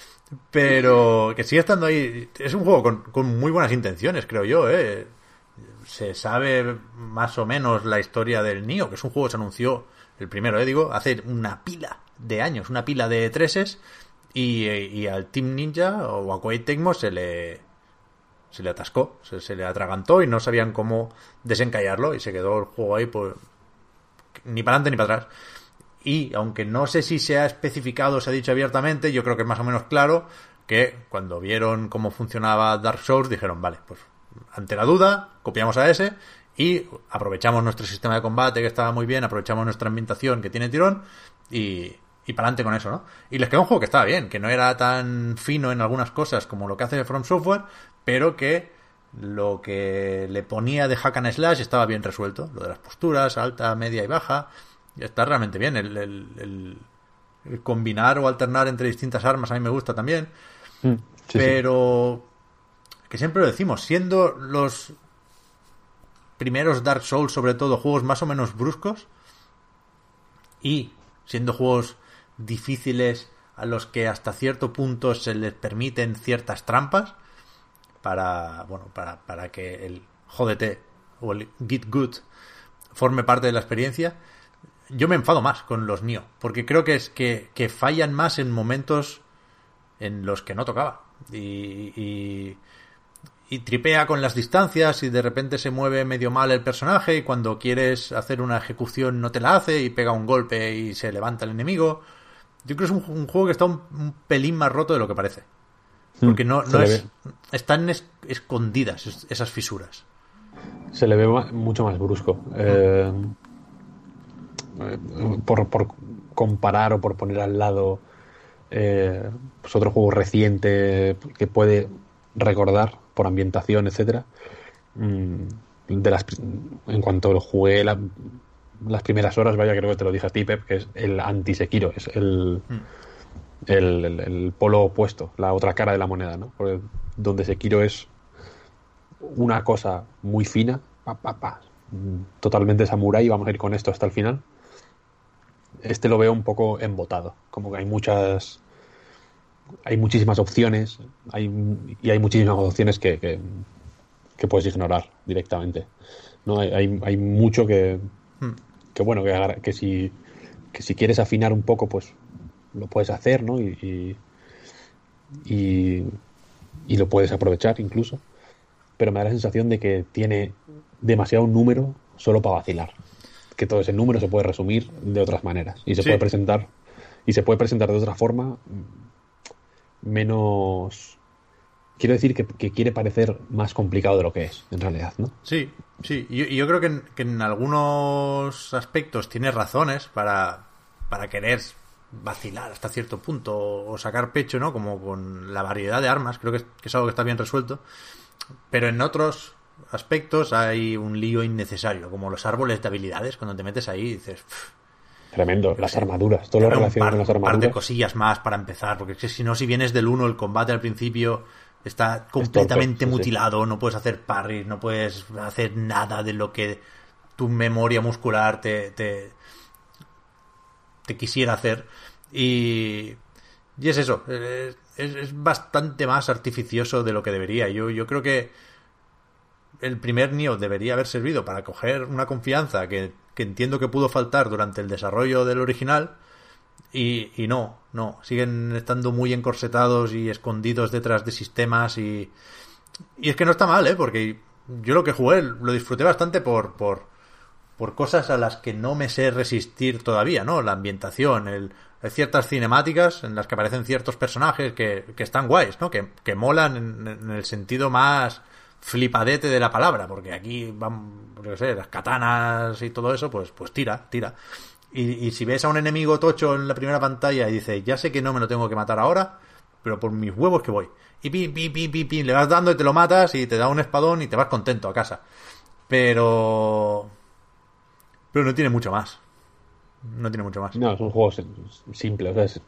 Pero que sigue estando ahí. Es un juego con, con muy buenas intenciones, creo yo, ¿eh? Se sabe más o menos la historia del Nioh, que es un juego que se anunció, el primero, ¿eh? Digo, hace una pila de años, una pila de treses, y, y al Team Ninja o a Koei Tecmo se le se le atascó, se, se le atragantó y no sabían cómo desencallarlo y se quedó el juego ahí pues ni para adelante ni para atrás. Y aunque no sé si se ha especificado o se ha dicho abiertamente, yo creo que es más o menos claro que cuando vieron cómo funcionaba Dark Souls dijeron, vale, pues ante la duda copiamos a ese y aprovechamos nuestro sistema de combate que estaba muy bien, aprovechamos nuestra ambientación que tiene tirón y, y para adelante con eso, ¿no? Y les quedó un juego que estaba bien, que no era tan fino en algunas cosas como lo que hace From Software, pero que lo que le ponía de hack and slash estaba bien resuelto, lo de las posturas, alta, media y baja, está realmente bien. El, el, el, el combinar o alternar entre distintas armas a mí me gusta también, mm, sí, pero sí. Que siempre lo decimos, siendo los primeros Dark Souls sobre todo juegos más o menos bruscos y siendo juegos difíciles a los que hasta cierto punto se les permiten ciertas trampas para, bueno, para, para que el jódete o el Get Good forme parte de la experiencia. Yo me enfado más con los Nioh, porque creo que es que, que fallan más en momentos en los que no tocaba. Y, y, y tripea con las distancias y de repente se mueve medio mal el personaje y cuando quieres hacer una ejecución no te la hace y pega un golpe y se levanta el enemigo. Yo creo que es un, un juego que está un, un pelín más roto de lo que parece. Porque no, no es, están es, escondidas esas fisuras. Se le ve mucho más brusco. Eh... Por, por comparar o por poner al lado eh, pues otro juego reciente que puede recordar por ambientación, etcétera, de las, en cuanto lo jugué la, las primeras horas, vaya, creo que te lo dije a ti, Pep, que es el anti-Sekiro, es el, mm. el, el, el polo opuesto, la otra cara de la moneda, ¿no? Porque donde Sekiro es una cosa muy fina, pa, pa, pa, totalmente samurái, vamos a ir con esto hasta el final. Este lo veo un poco embotado, como que hay muchas hay muchísimas opciones hay y hay muchísimas opciones que, que, que puedes ignorar directamente, ¿no? Hay, hay, hay mucho que que bueno, que, que si que si quieres afinar un poco pues lo puedes hacer, ¿no? Y, y, y, y lo puedes aprovechar incluso, pero me da la sensación de que tiene demasiado número solo para vacilar, que todo ese número se puede resumir de otras maneras y se sí. puede presentar y se puede presentar de otra forma menos, quiero decir que, que quiere parecer más complicado de lo que es en realidad, ¿no? Sí, sí, y yo, yo creo que en, que en algunos aspectos tiene razones para, para querer vacilar hasta cierto punto o sacar pecho, ¿no? Como con la variedad de armas, creo que es, que es algo que está bien resuelto, pero en otros aspectos hay un lío innecesario, como los árboles de habilidades. Cuando te metes ahí dices pff, tremendo, las armaduras, todo lo relacionado con las armaduras, un par de cosillas más para empezar, porque es que si no, si vienes del uno, el combate al principio está completamente torpe, sí, mutilado, sí. No puedes hacer parries, no puedes hacer nada de lo que tu memoria muscular te te, te quisiera hacer, y y es eso, es, es bastante más artificioso de lo que debería. Yo yo creo que el primer Nioh debería haber servido para coger una confianza que, que entiendo que pudo faltar durante el desarrollo del original y, y no, no, siguen estando muy encorsetados y escondidos detrás de sistemas y, y es que no está mal, ¿eh? Porque yo lo que jugué lo disfruté bastante por, por, por cosas a las que no me sé resistir todavía, ¿no? La ambientación, el, hay ciertas cinemáticas en las que aparecen ciertos personajes que, que están guays, ¿no? Que, que molan en, en el sentido más flipadete de la palabra, porque aquí van, no sé, las katanas y todo eso, pues pues tira, tira. Y, y si ves a un enemigo tocho en la primera pantalla y dices, ya sé que no me lo tengo que matar ahora, pero por mis huevos que voy. Y pim, pim, pim, pim, pim, le vas dando y te lo matas y te da un espadón y te vas contento a casa. Pero... Pero no tiene mucho más. No tiene mucho más. No, es un juego simple, o sea, es...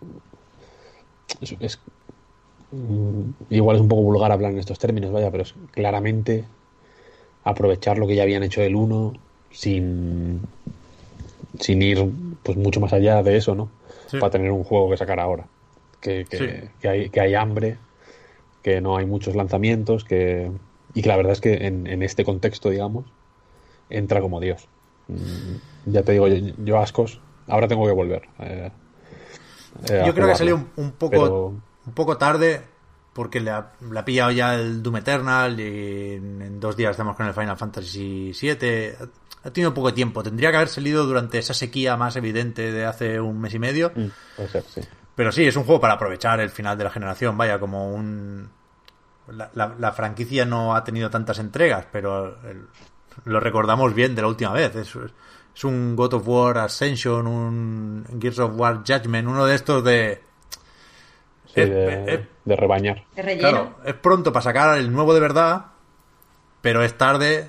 es, es igual es un poco vulgar hablar en estos términos, vaya, pero es claramente aprovechar lo que ya habían hecho del uno sin sin ir pues mucho más allá de eso, ¿no? Sí. Para tener un juego que sacar ahora. Que, que, sí. que, hay, que hay hambre, que no hay muchos lanzamientos, que y que la verdad es que en, en este contexto, digamos, entra como Dios. Ya te digo, yo, yo Ascos, ahora tengo que volver. Eh, eh, yo creo que ha salido un, un poco pero... un poco tarde porque le ha, le ha pillado ya el Doom Eternal y en, en dos días estamos con el Final Fantasy siete. Ha tenido poco tiempo. Tendría que haber salido durante esa sequía más evidente de hace un mes y medio. Mm, puede ser, sí. Pero sí, es un juego para aprovechar el final de la generación. Vaya, como un... La, la, la franquicia no ha tenido tantas entregas, pero el, lo recordamos bien de la última vez. Es, es un God of War Ascension, un Gears of War Judgment, uno de estos de... Sí, es, de, es, de rebañar. De relleno. Claro, es pronto para sacar el nuevo de verdad, pero es tarde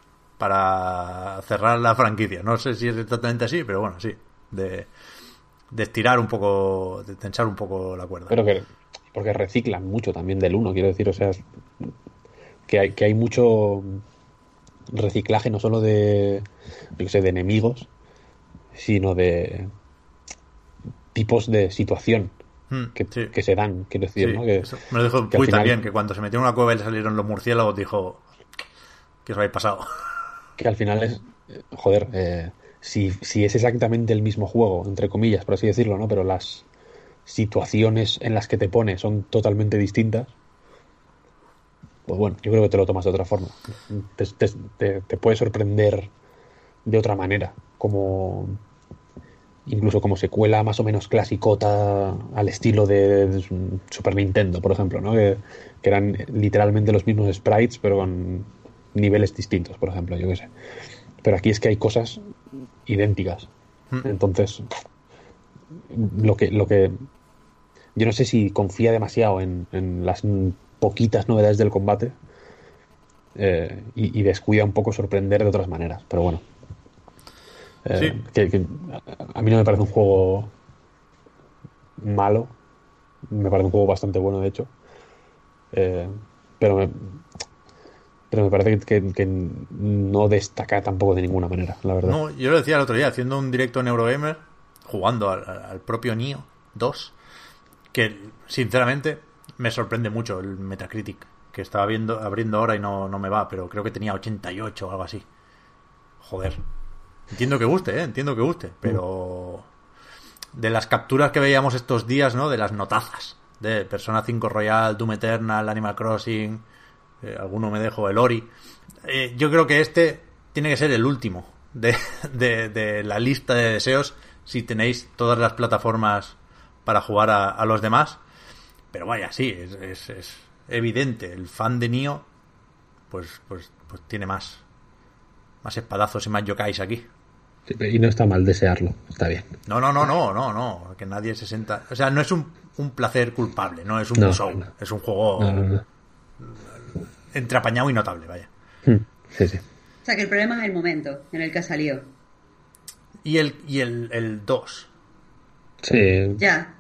para cerrar la franquicia. No sé si es exactamente así, pero bueno, sí. De, de estirar un poco, de tensar un poco la cuerda. Pero que... porque reciclan mucho también del uno, quiero decir, o sea, que hay, que hay mucho reciclaje no solo de, yo qué sé, de enemigos, sino de tipos de situación mm, que, sí. que se dan, quiero decir, sí, ¿no? Que, eso me lo dijo Puy final, también, que cuando se metió en una cueva y le salieron los murciélagos, dijo que os habéis pasado. Que al final es, joder, eh, si, si es exactamente el mismo juego, entre comillas, por así decirlo, ¿no? Pero las situaciones en las que te pone son totalmente distintas, pues bueno, yo creo que te lo tomas de otra forma. Te, te, te, te puede sorprender de otra manera, como incluso como secuela más o menos clasicota al estilo de, de Super Nintendo, por ejemplo, ¿no? Que, que eran literalmente los mismos sprites, pero con niveles distintos, por ejemplo, yo qué sé. Pero aquí es que hay cosas idénticas. Entonces, lo que, lo que yo no sé si confía demasiado en, en las poquitas novedades del combate eh, y, y descuida un poco sorprender de otras maneras, pero bueno. Eh, sí. que, que a mí no me parece un juego malo, me parece un juego bastante bueno, de hecho, eh, pero me, pero me parece que, que, que no destaca tampoco de ninguna manera, la verdad. No, yo lo decía el otro día, haciendo un directo en Eurogamer, jugando al, al propio Nioh dos, que sinceramente me sorprende mucho el Metacritic, que estaba viendo, abriendo ahora y no, no me va, pero creo que tenía ochenta y ocho o algo así. Joder. Entiendo que guste, ¿eh? Entiendo que guste, pero de las capturas que veíamos estos días, ¿no? De las notazas de Persona cinco Royal, Doom Eternal, Animal Crossing, eh, alguno me dejo, el Ori. Eh, yo creo que este tiene que ser el último de, de, de la lista de deseos si tenéis todas las plataformas para jugar a, a los demás. Pero vaya, sí, es, es, es evidente. El fan de Nioh pues, pues, pues tiene más más espadazos y más yokais aquí. Sí, y no está mal desearlo, está bien. No, no, no, no, no, no, que nadie se sienta... O sea, no es un, un placer culpable, no es un no, show, no. Es un juego no, no, no. entrapañado y notable, vaya. Sí, sí. O sea, que el problema es el momento en el que ha salido. Y el y el, el dos. Sí. Ya.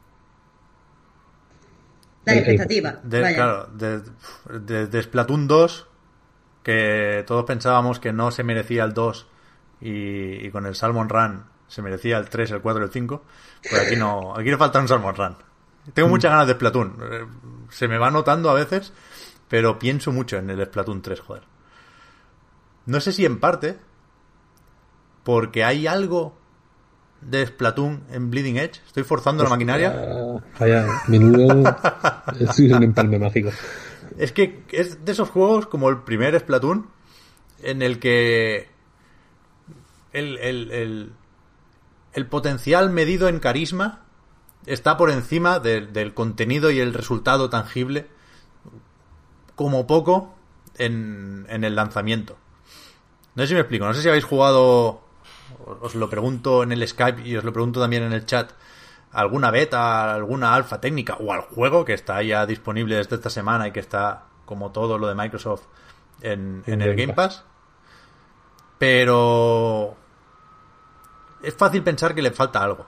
La expectativa. De, vaya. Claro, de, de, de Splatoon dos, que todos pensábamos que no se merecía el dos y, y con el Salmon Run se merecía el tres, el cuatro y el cinco, pues aquí no, aquí le falta un Salmon Run. Tengo muchas ganas de Splatoon, se me va notando a veces, pero pienso mucho en el Splatoon tres, joder. No sé si en parte porque hay algo de Splatoon en Bleeding Edge. Estoy forzando pues, la maquinaria. Uh, vaya, menudo es un empalme mágico. Es que es de esos juegos como el primer Splatoon en el que el, el, el, el potencial medido en carisma está por encima de, del contenido y el resultado tangible, como poco en, en el lanzamiento. No sé si me explico, no sé si habéis jugado, os lo pregunto en el Skype y os lo pregunto también en el chat, alguna beta, alguna alfa técnica o al juego que está ya disponible desde esta semana y que está, como todo lo de Microsoft, en, en el Game Pass. Pero es fácil pensar que le falta algo.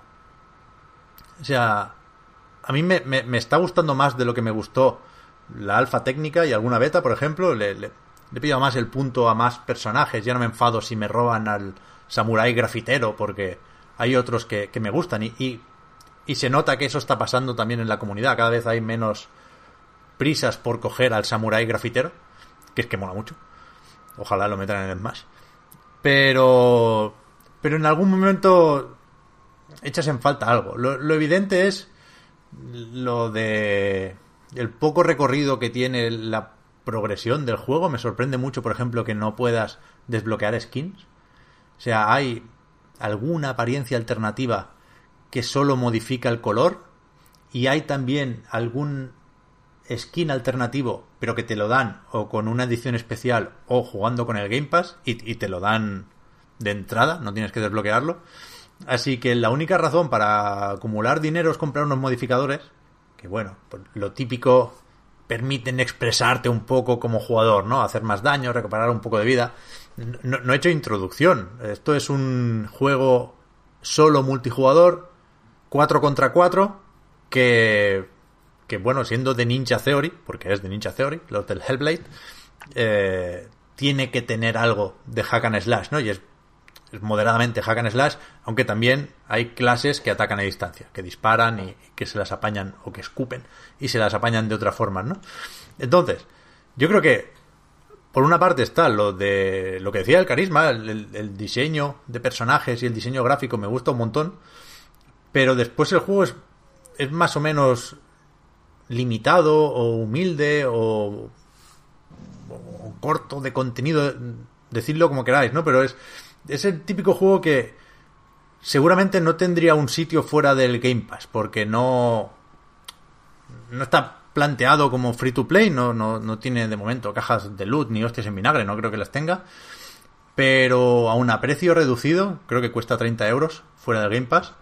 O sea, a mí me, me, me está gustando más de lo que me gustó la alfa técnica y alguna beta, por ejemplo. Le, le, le pido más el punto a más personajes. Ya no me enfado si me roban al samurái grafitero, porque hay otros que, que me gustan. Y, y, y se nota que eso está pasando también en la comunidad. Cada vez hay menos prisas por coger al samurái grafitero, que es que mola mucho. Ojalá lo metan en el Smash. Pero pero en algún momento echas en falta algo. Lo, lo evidente es lo de el poco recorrido que tiene la progresión del juego. Me sorprende mucho, por ejemplo, que no puedas desbloquear skins. O sea, hay alguna apariencia alternativa que solo modifica el color, y hay también algún skin alternativo, pero que te lo dan o con una edición especial o jugando con el Game Pass, y, y te lo dan de entrada, no tienes que desbloquearlo. Así que la única razón para acumular dinero es comprar unos modificadores que, bueno, pues lo típico, permiten expresarte un poco como jugador, ¿no? Hacer más daño, recuperar un poco de vida. No, no he hecho introducción. Esto es un juego solo multijugador, cuatro contra cuatro, que que bueno, siendo de Ninja Theory, porque es de Ninja Theory, los del Hellblade, eh, tiene que tener algo de hack and slash, ¿no? Y es, es moderadamente hack and slash, aunque también hay clases que atacan a distancia, que disparan y, y que se las apañan, o que escupen y se las apañan de otra forma, ¿no? Entonces, yo creo que por una parte está lo de lo que decía el carisma, el, el, el diseño de personajes y el diseño gráfico me gusta un montón, pero después el juego es, es más o menos limitado o humilde o, o corto de contenido, decidlo como queráis, ¿no? Pero es, es el típico juego que seguramente no tendría un sitio fuera del Game Pass, porque no no está planteado como free to play, no, no, no tiene de momento cajas de loot ni hostias en vinagre, no creo que las tenga, pero a un precio reducido, creo que cuesta treinta euros fuera del Game Pass,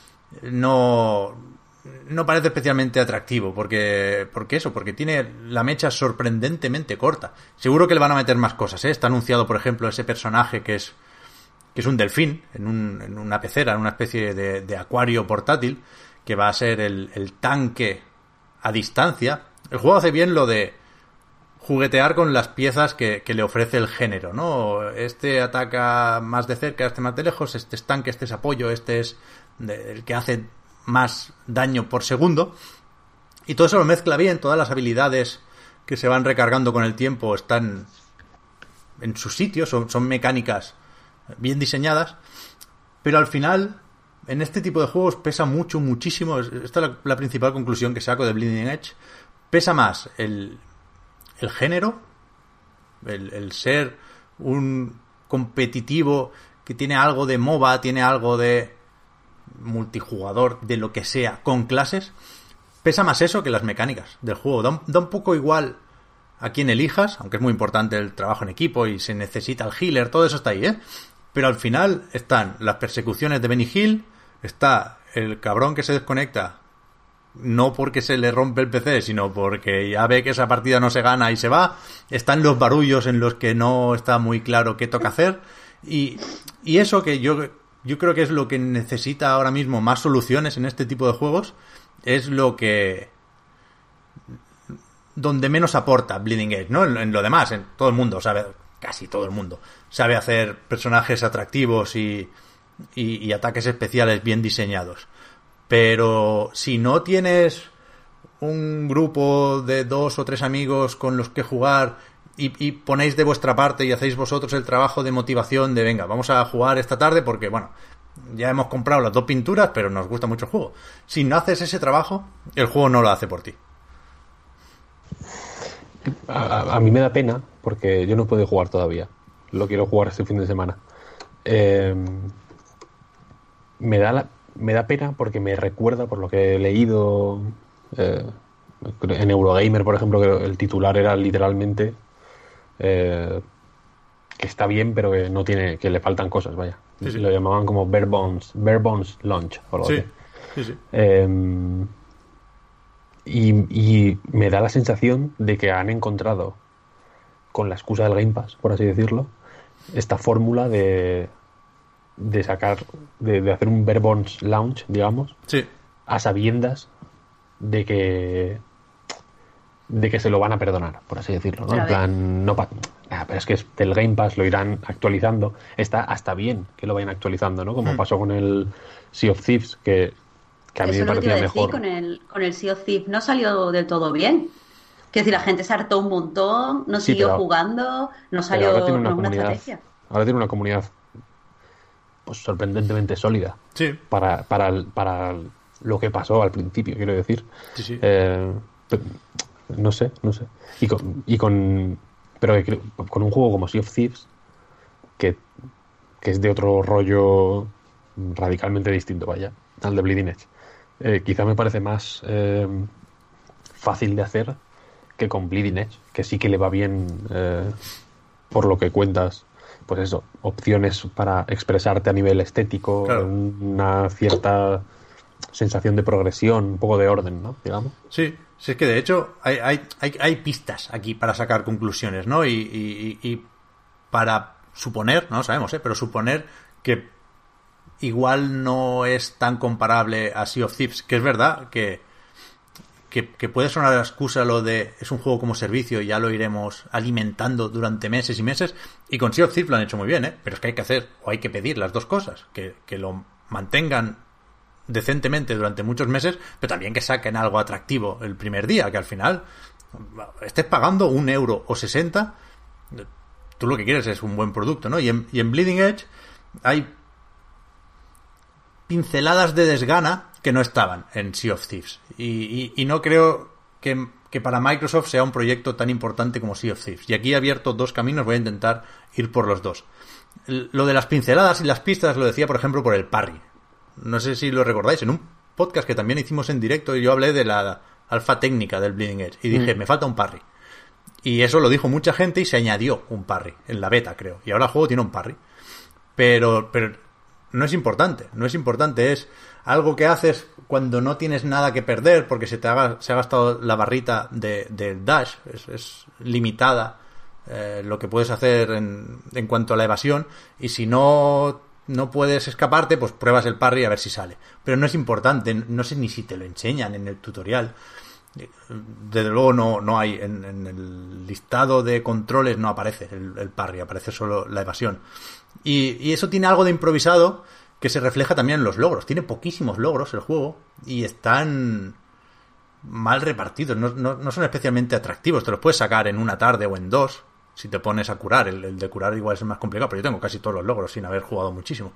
no no parece especialmente atractivo, porque porque eso, porque tiene la mecha sorprendentemente corta. Seguro que le van a meter más cosas, ¿eh? Está anunciado, por ejemplo, ese personaje que es que es un delfín en, un, en una pecera, en una especie de, de acuario portátil, que va a ser el, el tanque a distancia. El juego hace bien lo de juguetear con las piezas que, que le ofrece el género, ¿no? Este ataca más de cerca, este más de lejos, este es tanque, este es apoyo, este es de, el que hace más daño por segundo, y todo eso lo mezcla bien. Todas las habilidades que se van recargando con el tiempo están en su sitio, son, son mecánicas bien diseñadas, pero al final en este tipo de juegos pesa mucho, muchísimo. Esta es la, la principal conclusión que saco de Bleeding Edge. Pesa más el, el género, el, el ser un competitivo que tiene algo de MOBA, tiene algo de multijugador, de lo que sea, con clases. Pesa más eso que las mecánicas del juego. Da un, da un poco igual a quién elijas, aunque es muy importante el trabajo en equipo y se necesita el healer, todo eso está ahí, ¿eh? Pero al final están las persecuciones de Benny Hill, está el cabrón que se desconecta, no porque se le rompe el P C, sino porque ya ve que esa partida no se gana y se va, están los barullos en los que no está muy claro qué toca hacer, y, y eso que yo Yo creo que es lo que necesita ahora mismo más soluciones en este tipo de juegos. Es lo que... donde menos aporta Bleeding Edge, ¿no? En, en lo demás, en todo el mundo sabe... Casi todo el mundo sabe hacer personajes atractivos y, y, y ataques especiales bien diseñados. Pero si no tienes un grupo de dos o tres amigos con los que jugar... Y, y ponéis de vuestra parte y hacéis vosotros el trabajo de motivación de venga, vamos a jugar esta tarde porque, bueno, ya hemos comprado las dos pinturas, pero nos gusta mucho el juego. Si no haces ese trabajo, el juego no lo hace por ti. A, a mí me da pena porque yo no puedo jugar todavía. Lo quiero jugar este fin de semana. Eh, me da la, me da pena porque me recuerda, por lo que he leído eh, en Eurogamer, por ejemplo, que el titular era literalmente Eh, que está bien, pero que no tiene, que le faltan cosas, vaya. Sí, sí. Lo llamaban como bare bones, bare bones launch o algo sí. así. Sí, sí. Eh, y, y me da la sensación de que han encontrado, con la excusa del Game Pass, por así decirlo, esta fórmula de, de sacar, de, de hacer un bare bones launch, digamos, Sí. a sabiendas de que de que se lo van a perdonar, por así decirlo, ¿no? A En ver. plan, no pa- ah, pero es que es del Game Pass lo irán actualizando. Está hasta bien que lo vayan actualizando, ¿no? Como Hmm. pasó con el Sea of Thieves, que, que a mí Eso me es lo que te iba parecía a decir, mejor. con el, con el Sea of Thieves no salió del todo bien. Que decir, la gente se hartó un montón, no Sí, siguió pero- jugando, no Pero ahora salió tiene una no es una comunidad, estrategia. ahora tiene una comunidad pues sorprendentemente sólida Sí. para, para, para lo que pasó al principio, quiero decir. Sí, sí. Eh, pe- no sé, no sé. Y con, y con pero que creo- con un juego como Sea of Thieves, que, que es de otro rollo radicalmente distinto, vaya, al de Bleeding Edge. Eh, quizá me parece más eh, fácil de hacer que con Bleeding Edge, que sí que le va bien, eh, por lo que cuentas, pues eso, opciones para expresarte a nivel estético, Claro. una cierta sensación de progresión, un poco de orden, ¿no? Digamos. Sí, sí, es que de hecho hay, hay, hay, hay pistas aquí para sacar conclusiones, ¿no? Y, y, y para suponer, no lo sabemos, ¿eh? Pero suponer que igual no es tan comparable a Sea of Thieves, que es verdad que, que, que puede sonar la excusa lo de es un juego como servicio y ya lo iremos alimentando durante meses y meses, y con Sea of Thieves lo han hecho muy bien, ¿eh? Pero es que hay que hacer, o hay que pedir las dos cosas, que, que lo mantengan decentemente durante muchos meses, pero también que saquen algo atractivo el primer día, que al final estés pagando un euro o sesenta, tú lo que quieres es un buen producto, ¿no? Y en, y en Bleeding Edge hay pinceladas de desgana que no estaban en Sea of Thieves, y, y, y no creo que, que para Microsoft sea un proyecto tan importante como Sea of Thieves, y aquí he abierto dos caminos, voy a intentar ir por los dos. Lo de las pinceladas y las pistas lo decía, por ejemplo, por el parry. No sé si lo recordáis, en un podcast que también hicimos en directo yo hablé de la alfa técnica del Bleeding Edge y dije, Mm. me falta un parry. Y eso lo dijo mucha gente y se añadió un parry en la beta, creo. Y ahora el juego tiene un parry. Pero, pero no es importante, no es importante, es algo que haces cuando no tienes nada que perder porque se te ha, se ha gastado la barrita de, del dash, es, es limitada eh, lo que puedes hacer en, en cuanto a la evasión, y si no no puedes escaparte, pues pruebas el parry a ver si sale. Pero no es importante, no sé ni si te lo enseñan en el tutorial. Desde luego no, no hay, en, en el listado de controles no aparece el, el parry, aparece solo la evasión. Y, y eso tiene algo de improvisado que se refleja también en los logros. Tiene poquísimos logros el juego y están mal repartidos, no, no, no son especialmente atractivos. Te los puedes sacar en una tarde o en dos si te pones a curar. El, el de curar igual es más complicado, pero yo tengo casi todos los logros sin haber jugado muchísimo.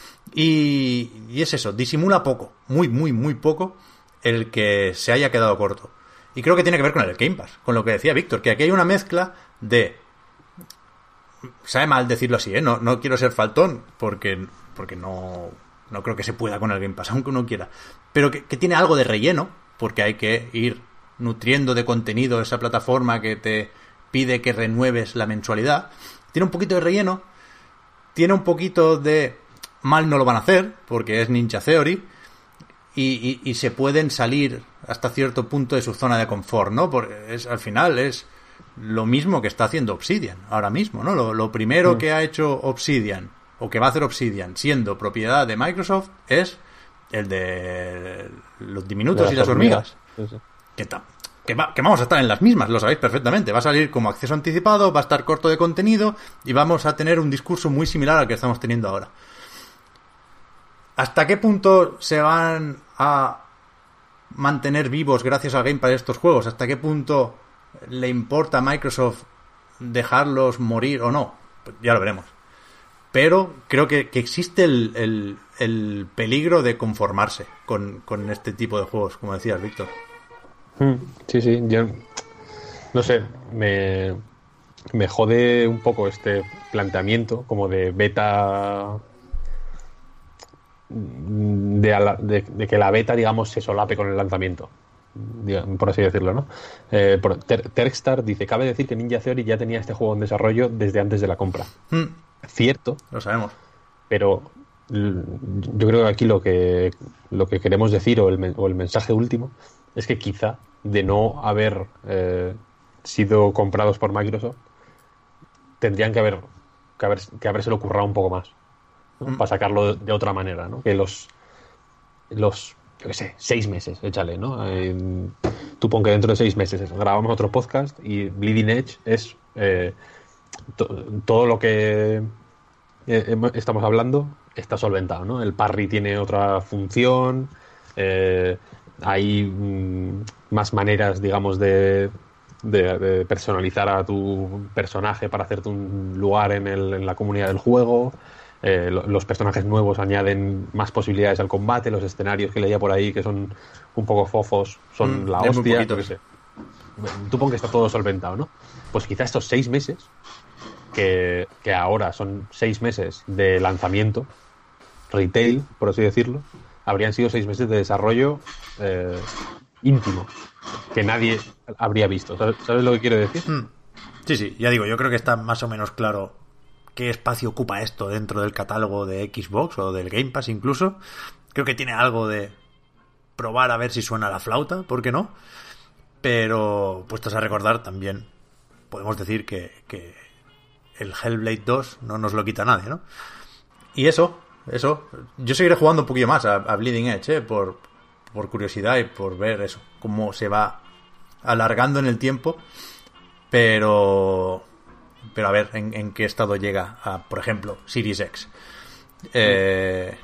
Y, y es eso, disimula poco, muy, muy, muy poco el que se haya quedado corto. Y creo que tiene que ver con el Game Pass, con lo que decía Víctor, que aquí hay una mezcla de... Sabe mal decirlo así, ¿eh? No, no quiero ser faltón, porque, porque no, no creo que se pueda con el Game Pass, aunque uno quiera. Pero que, que tiene algo de relleno, porque hay que ir nutriendo de contenido esa plataforma que te pide que renueves la mensualidad. Tiene un poquito de relleno, tiene un poquito de... Mal no lo van a hacer, porque es Ninja Theory, y, y, y se pueden salir hasta cierto punto de su zona de confort, ¿no? Porque es, al final es lo mismo que está haciendo Obsidian ahora mismo, ¿no? Lo, lo primero mm. que ha hecho Obsidian, o que va a hacer Obsidian, siendo propiedad de Microsoft, es el de los diminutos y las hormigas. hormigas. Sí, sí. Que, ta, que, va, que vamos a estar en las mismas, lo sabéis perfectamente. Va a salir como acceso anticipado, va a estar corto de contenido, y vamos a tener un discurso muy similar al que estamos teniendo ahora. ¿Hasta qué punto se van a mantener vivos gracias al Game Pass estos juegos? ¿Hasta qué punto le importa a Microsoft dejarlos morir o no? Pues ya lo veremos. Pero creo que, que existe el, el, el peligro de conformarse con, con este tipo de juegos, como decías, Víctor. Sí, sí, yo no sé, me, me jode un poco este planteamiento como de beta... De, la, de, de que la beta, digamos, se solape con el lanzamiento, por así decirlo, ¿no? Eh, por, Ter, Terkstar dice, cabe decir que Ninja Theory ya tenía este juego en desarrollo desde antes de la compra. Mm. Cierto. Lo sabemos. Pero yo creo que aquí lo que lo que queremos decir o el, o el mensaje último es que quizá de no haber eh, sido comprados por Microsoft tendrían que haber que, haber, que habérselo currado un poco más, ¿no? Mm. Para sacarlo de, de otra manera, ¿no? Que los los yo qué sé, seis meses, échale, ¿no? Eh, tú pon que dentro de seis meses grabamos otro podcast y Bleeding Edge es eh, to, todo lo que eh, estamos hablando está solventado, ¿no? El parry tiene otra función, eh, hay mm, más maneras, digamos, de, de, de personalizar a tu personaje para hacerte un lugar en, el, en la comunidad del juego. Eh, los personajes nuevos añaden más posibilidades al combate, los escenarios que leía por ahí que son un poco fofos son mm, la hostia, poquito, que sé. Tú pon que está todo solventado, ¿no? Pues quizá estos seis meses que, que ahora son seis meses de lanzamiento retail, por así decirlo, habrían sido seis meses de desarrollo eh, íntimo que nadie habría visto. ¿Sabes, ¿Sabes lo que quiero decir? Mm. Sí, sí, ya digo, yo creo que está más o menos claro qué espacio ocupa esto dentro del catálogo de Xbox o del Game Pass incluso. Creo que tiene algo de probar a ver si suena la flauta, ¿por qué no? Pero puestos a recordar también podemos decir que, que el Hellblade dos no nos lo quita nadie, ¿no? Y eso, eso, yo seguiré jugando un poquillo más a, a Bleeding Edge, ¿eh? por, por curiosidad y por ver eso, cómo se va alargando en el tiempo, pero... pero a ver en, en qué estado llega a, por ejemplo, Series X. Eh,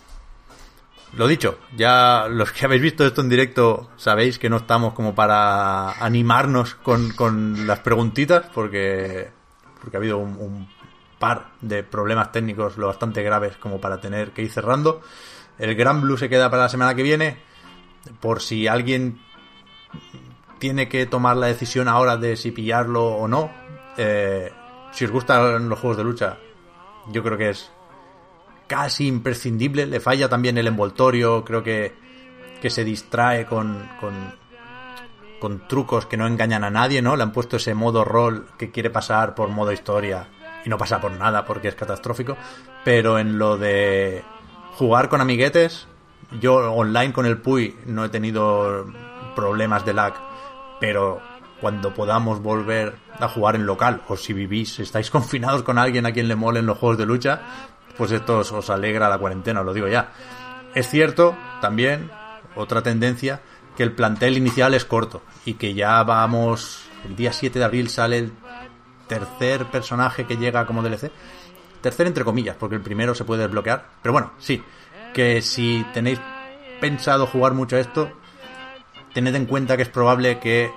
lo dicho, ya los que habéis visto esto en directo sabéis que no estamos como para animarnos con, con las preguntitas, porque, porque ha habido un, un par de problemas técnicos lo bastante graves como para tener que ir cerrando. El Gran Blue se queda para la semana que viene, por si alguien tiene que tomar la decisión ahora de si pillarlo o no. Eh, si os gustan los juegos de lucha, yo creo que es casi imprescindible. Le falla también el envoltorio, creo que, que se distrae con, con, con trucos que no engañan a nadie, ¿no? Le han puesto ese modo rol que quiere pasar por modo historia y no pasa por nada porque es catastrófico. Pero en lo de jugar con amiguetes, yo online con el Puy no he tenido problemas de lag, pero cuando podamos volver a jugar en local, o si vivís, estáis confinados con alguien a quien le molen los juegos de lucha, pues esto os, os alegra la cuarentena, os lo digo ya. Es cierto, también, otra tendencia, que el plantel inicial es corto, y que ya vamos, el día siete de abril sale el tercer personaje que llega como D L C, tercer entre comillas, porque el primero se puede desbloquear, pero bueno, sí, que si tenéis pensado jugar mucho a esto, tened en cuenta que es probable que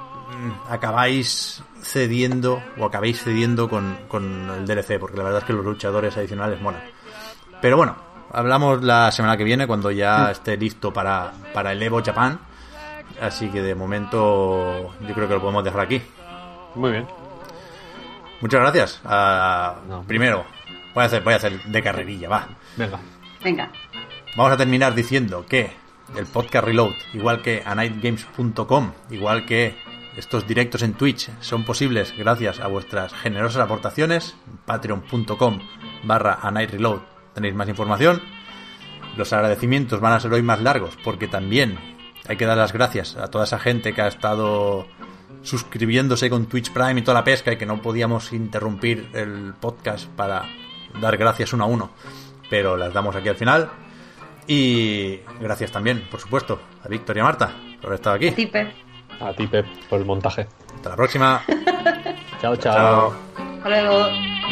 acabáis cediendo o acabéis cediendo con, con el D L C, porque la verdad es que los luchadores adicionales molan. Pero bueno, hablamos la semana que viene cuando ya esté listo para, para el Evo Japan, así que de momento yo creo que lo podemos dejar aquí. Muy bien, muchas gracias. Uh, no, primero voy a hacer voy a hacer de carrerilla, va. Venga. Venga. Vamos a terminar diciendo que el podcast Reload, igual que a night games punto com, igual que estos directos en Twitch, son posibles gracias a vuestras generosas aportaciones. patreon punto com barra a night reload tenéis más información. Los agradecimientos van a ser hoy más largos porque también hay que dar las gracias a toda esa gente que ha estado suscribiéndose con Twitch Prime y toda la pesca, y que no podíamos interrumpir el podcast para dar gracias uno a uno, pero las damos aquí al final. Y gracias también, por supuesto, a Víctor y a Marta por haber estado aquí. A ti, Pep. A ti, Pep, por el montaje. Hasta la próxima. Chao, chao. Chao. Hasta luego.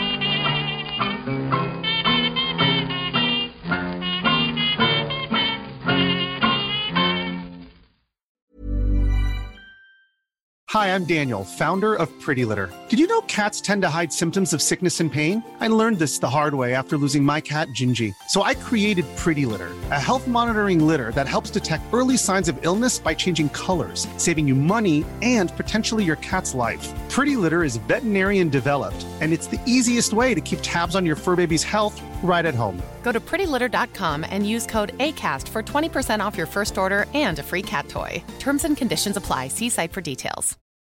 Hi, I'm Daniel, founder of Pretty Litter. Did you know cats tend to hide symptoms of sickness and pain? I learned this the hard way after losing my cat, Gingy. So I created Pretty Litter, a health monitoring litter that helps detect early signs of illness by changing colors, saving you money and potentially your cat's life. Pretty Litter is veterinarian developed, and it's the easiest way to keep tabs on your fur baby's health right at home. Go to pretty litter dot com and use code ACAST for twenty percent off your first order and a free cat toy. Terms and conditions apply. See site for details.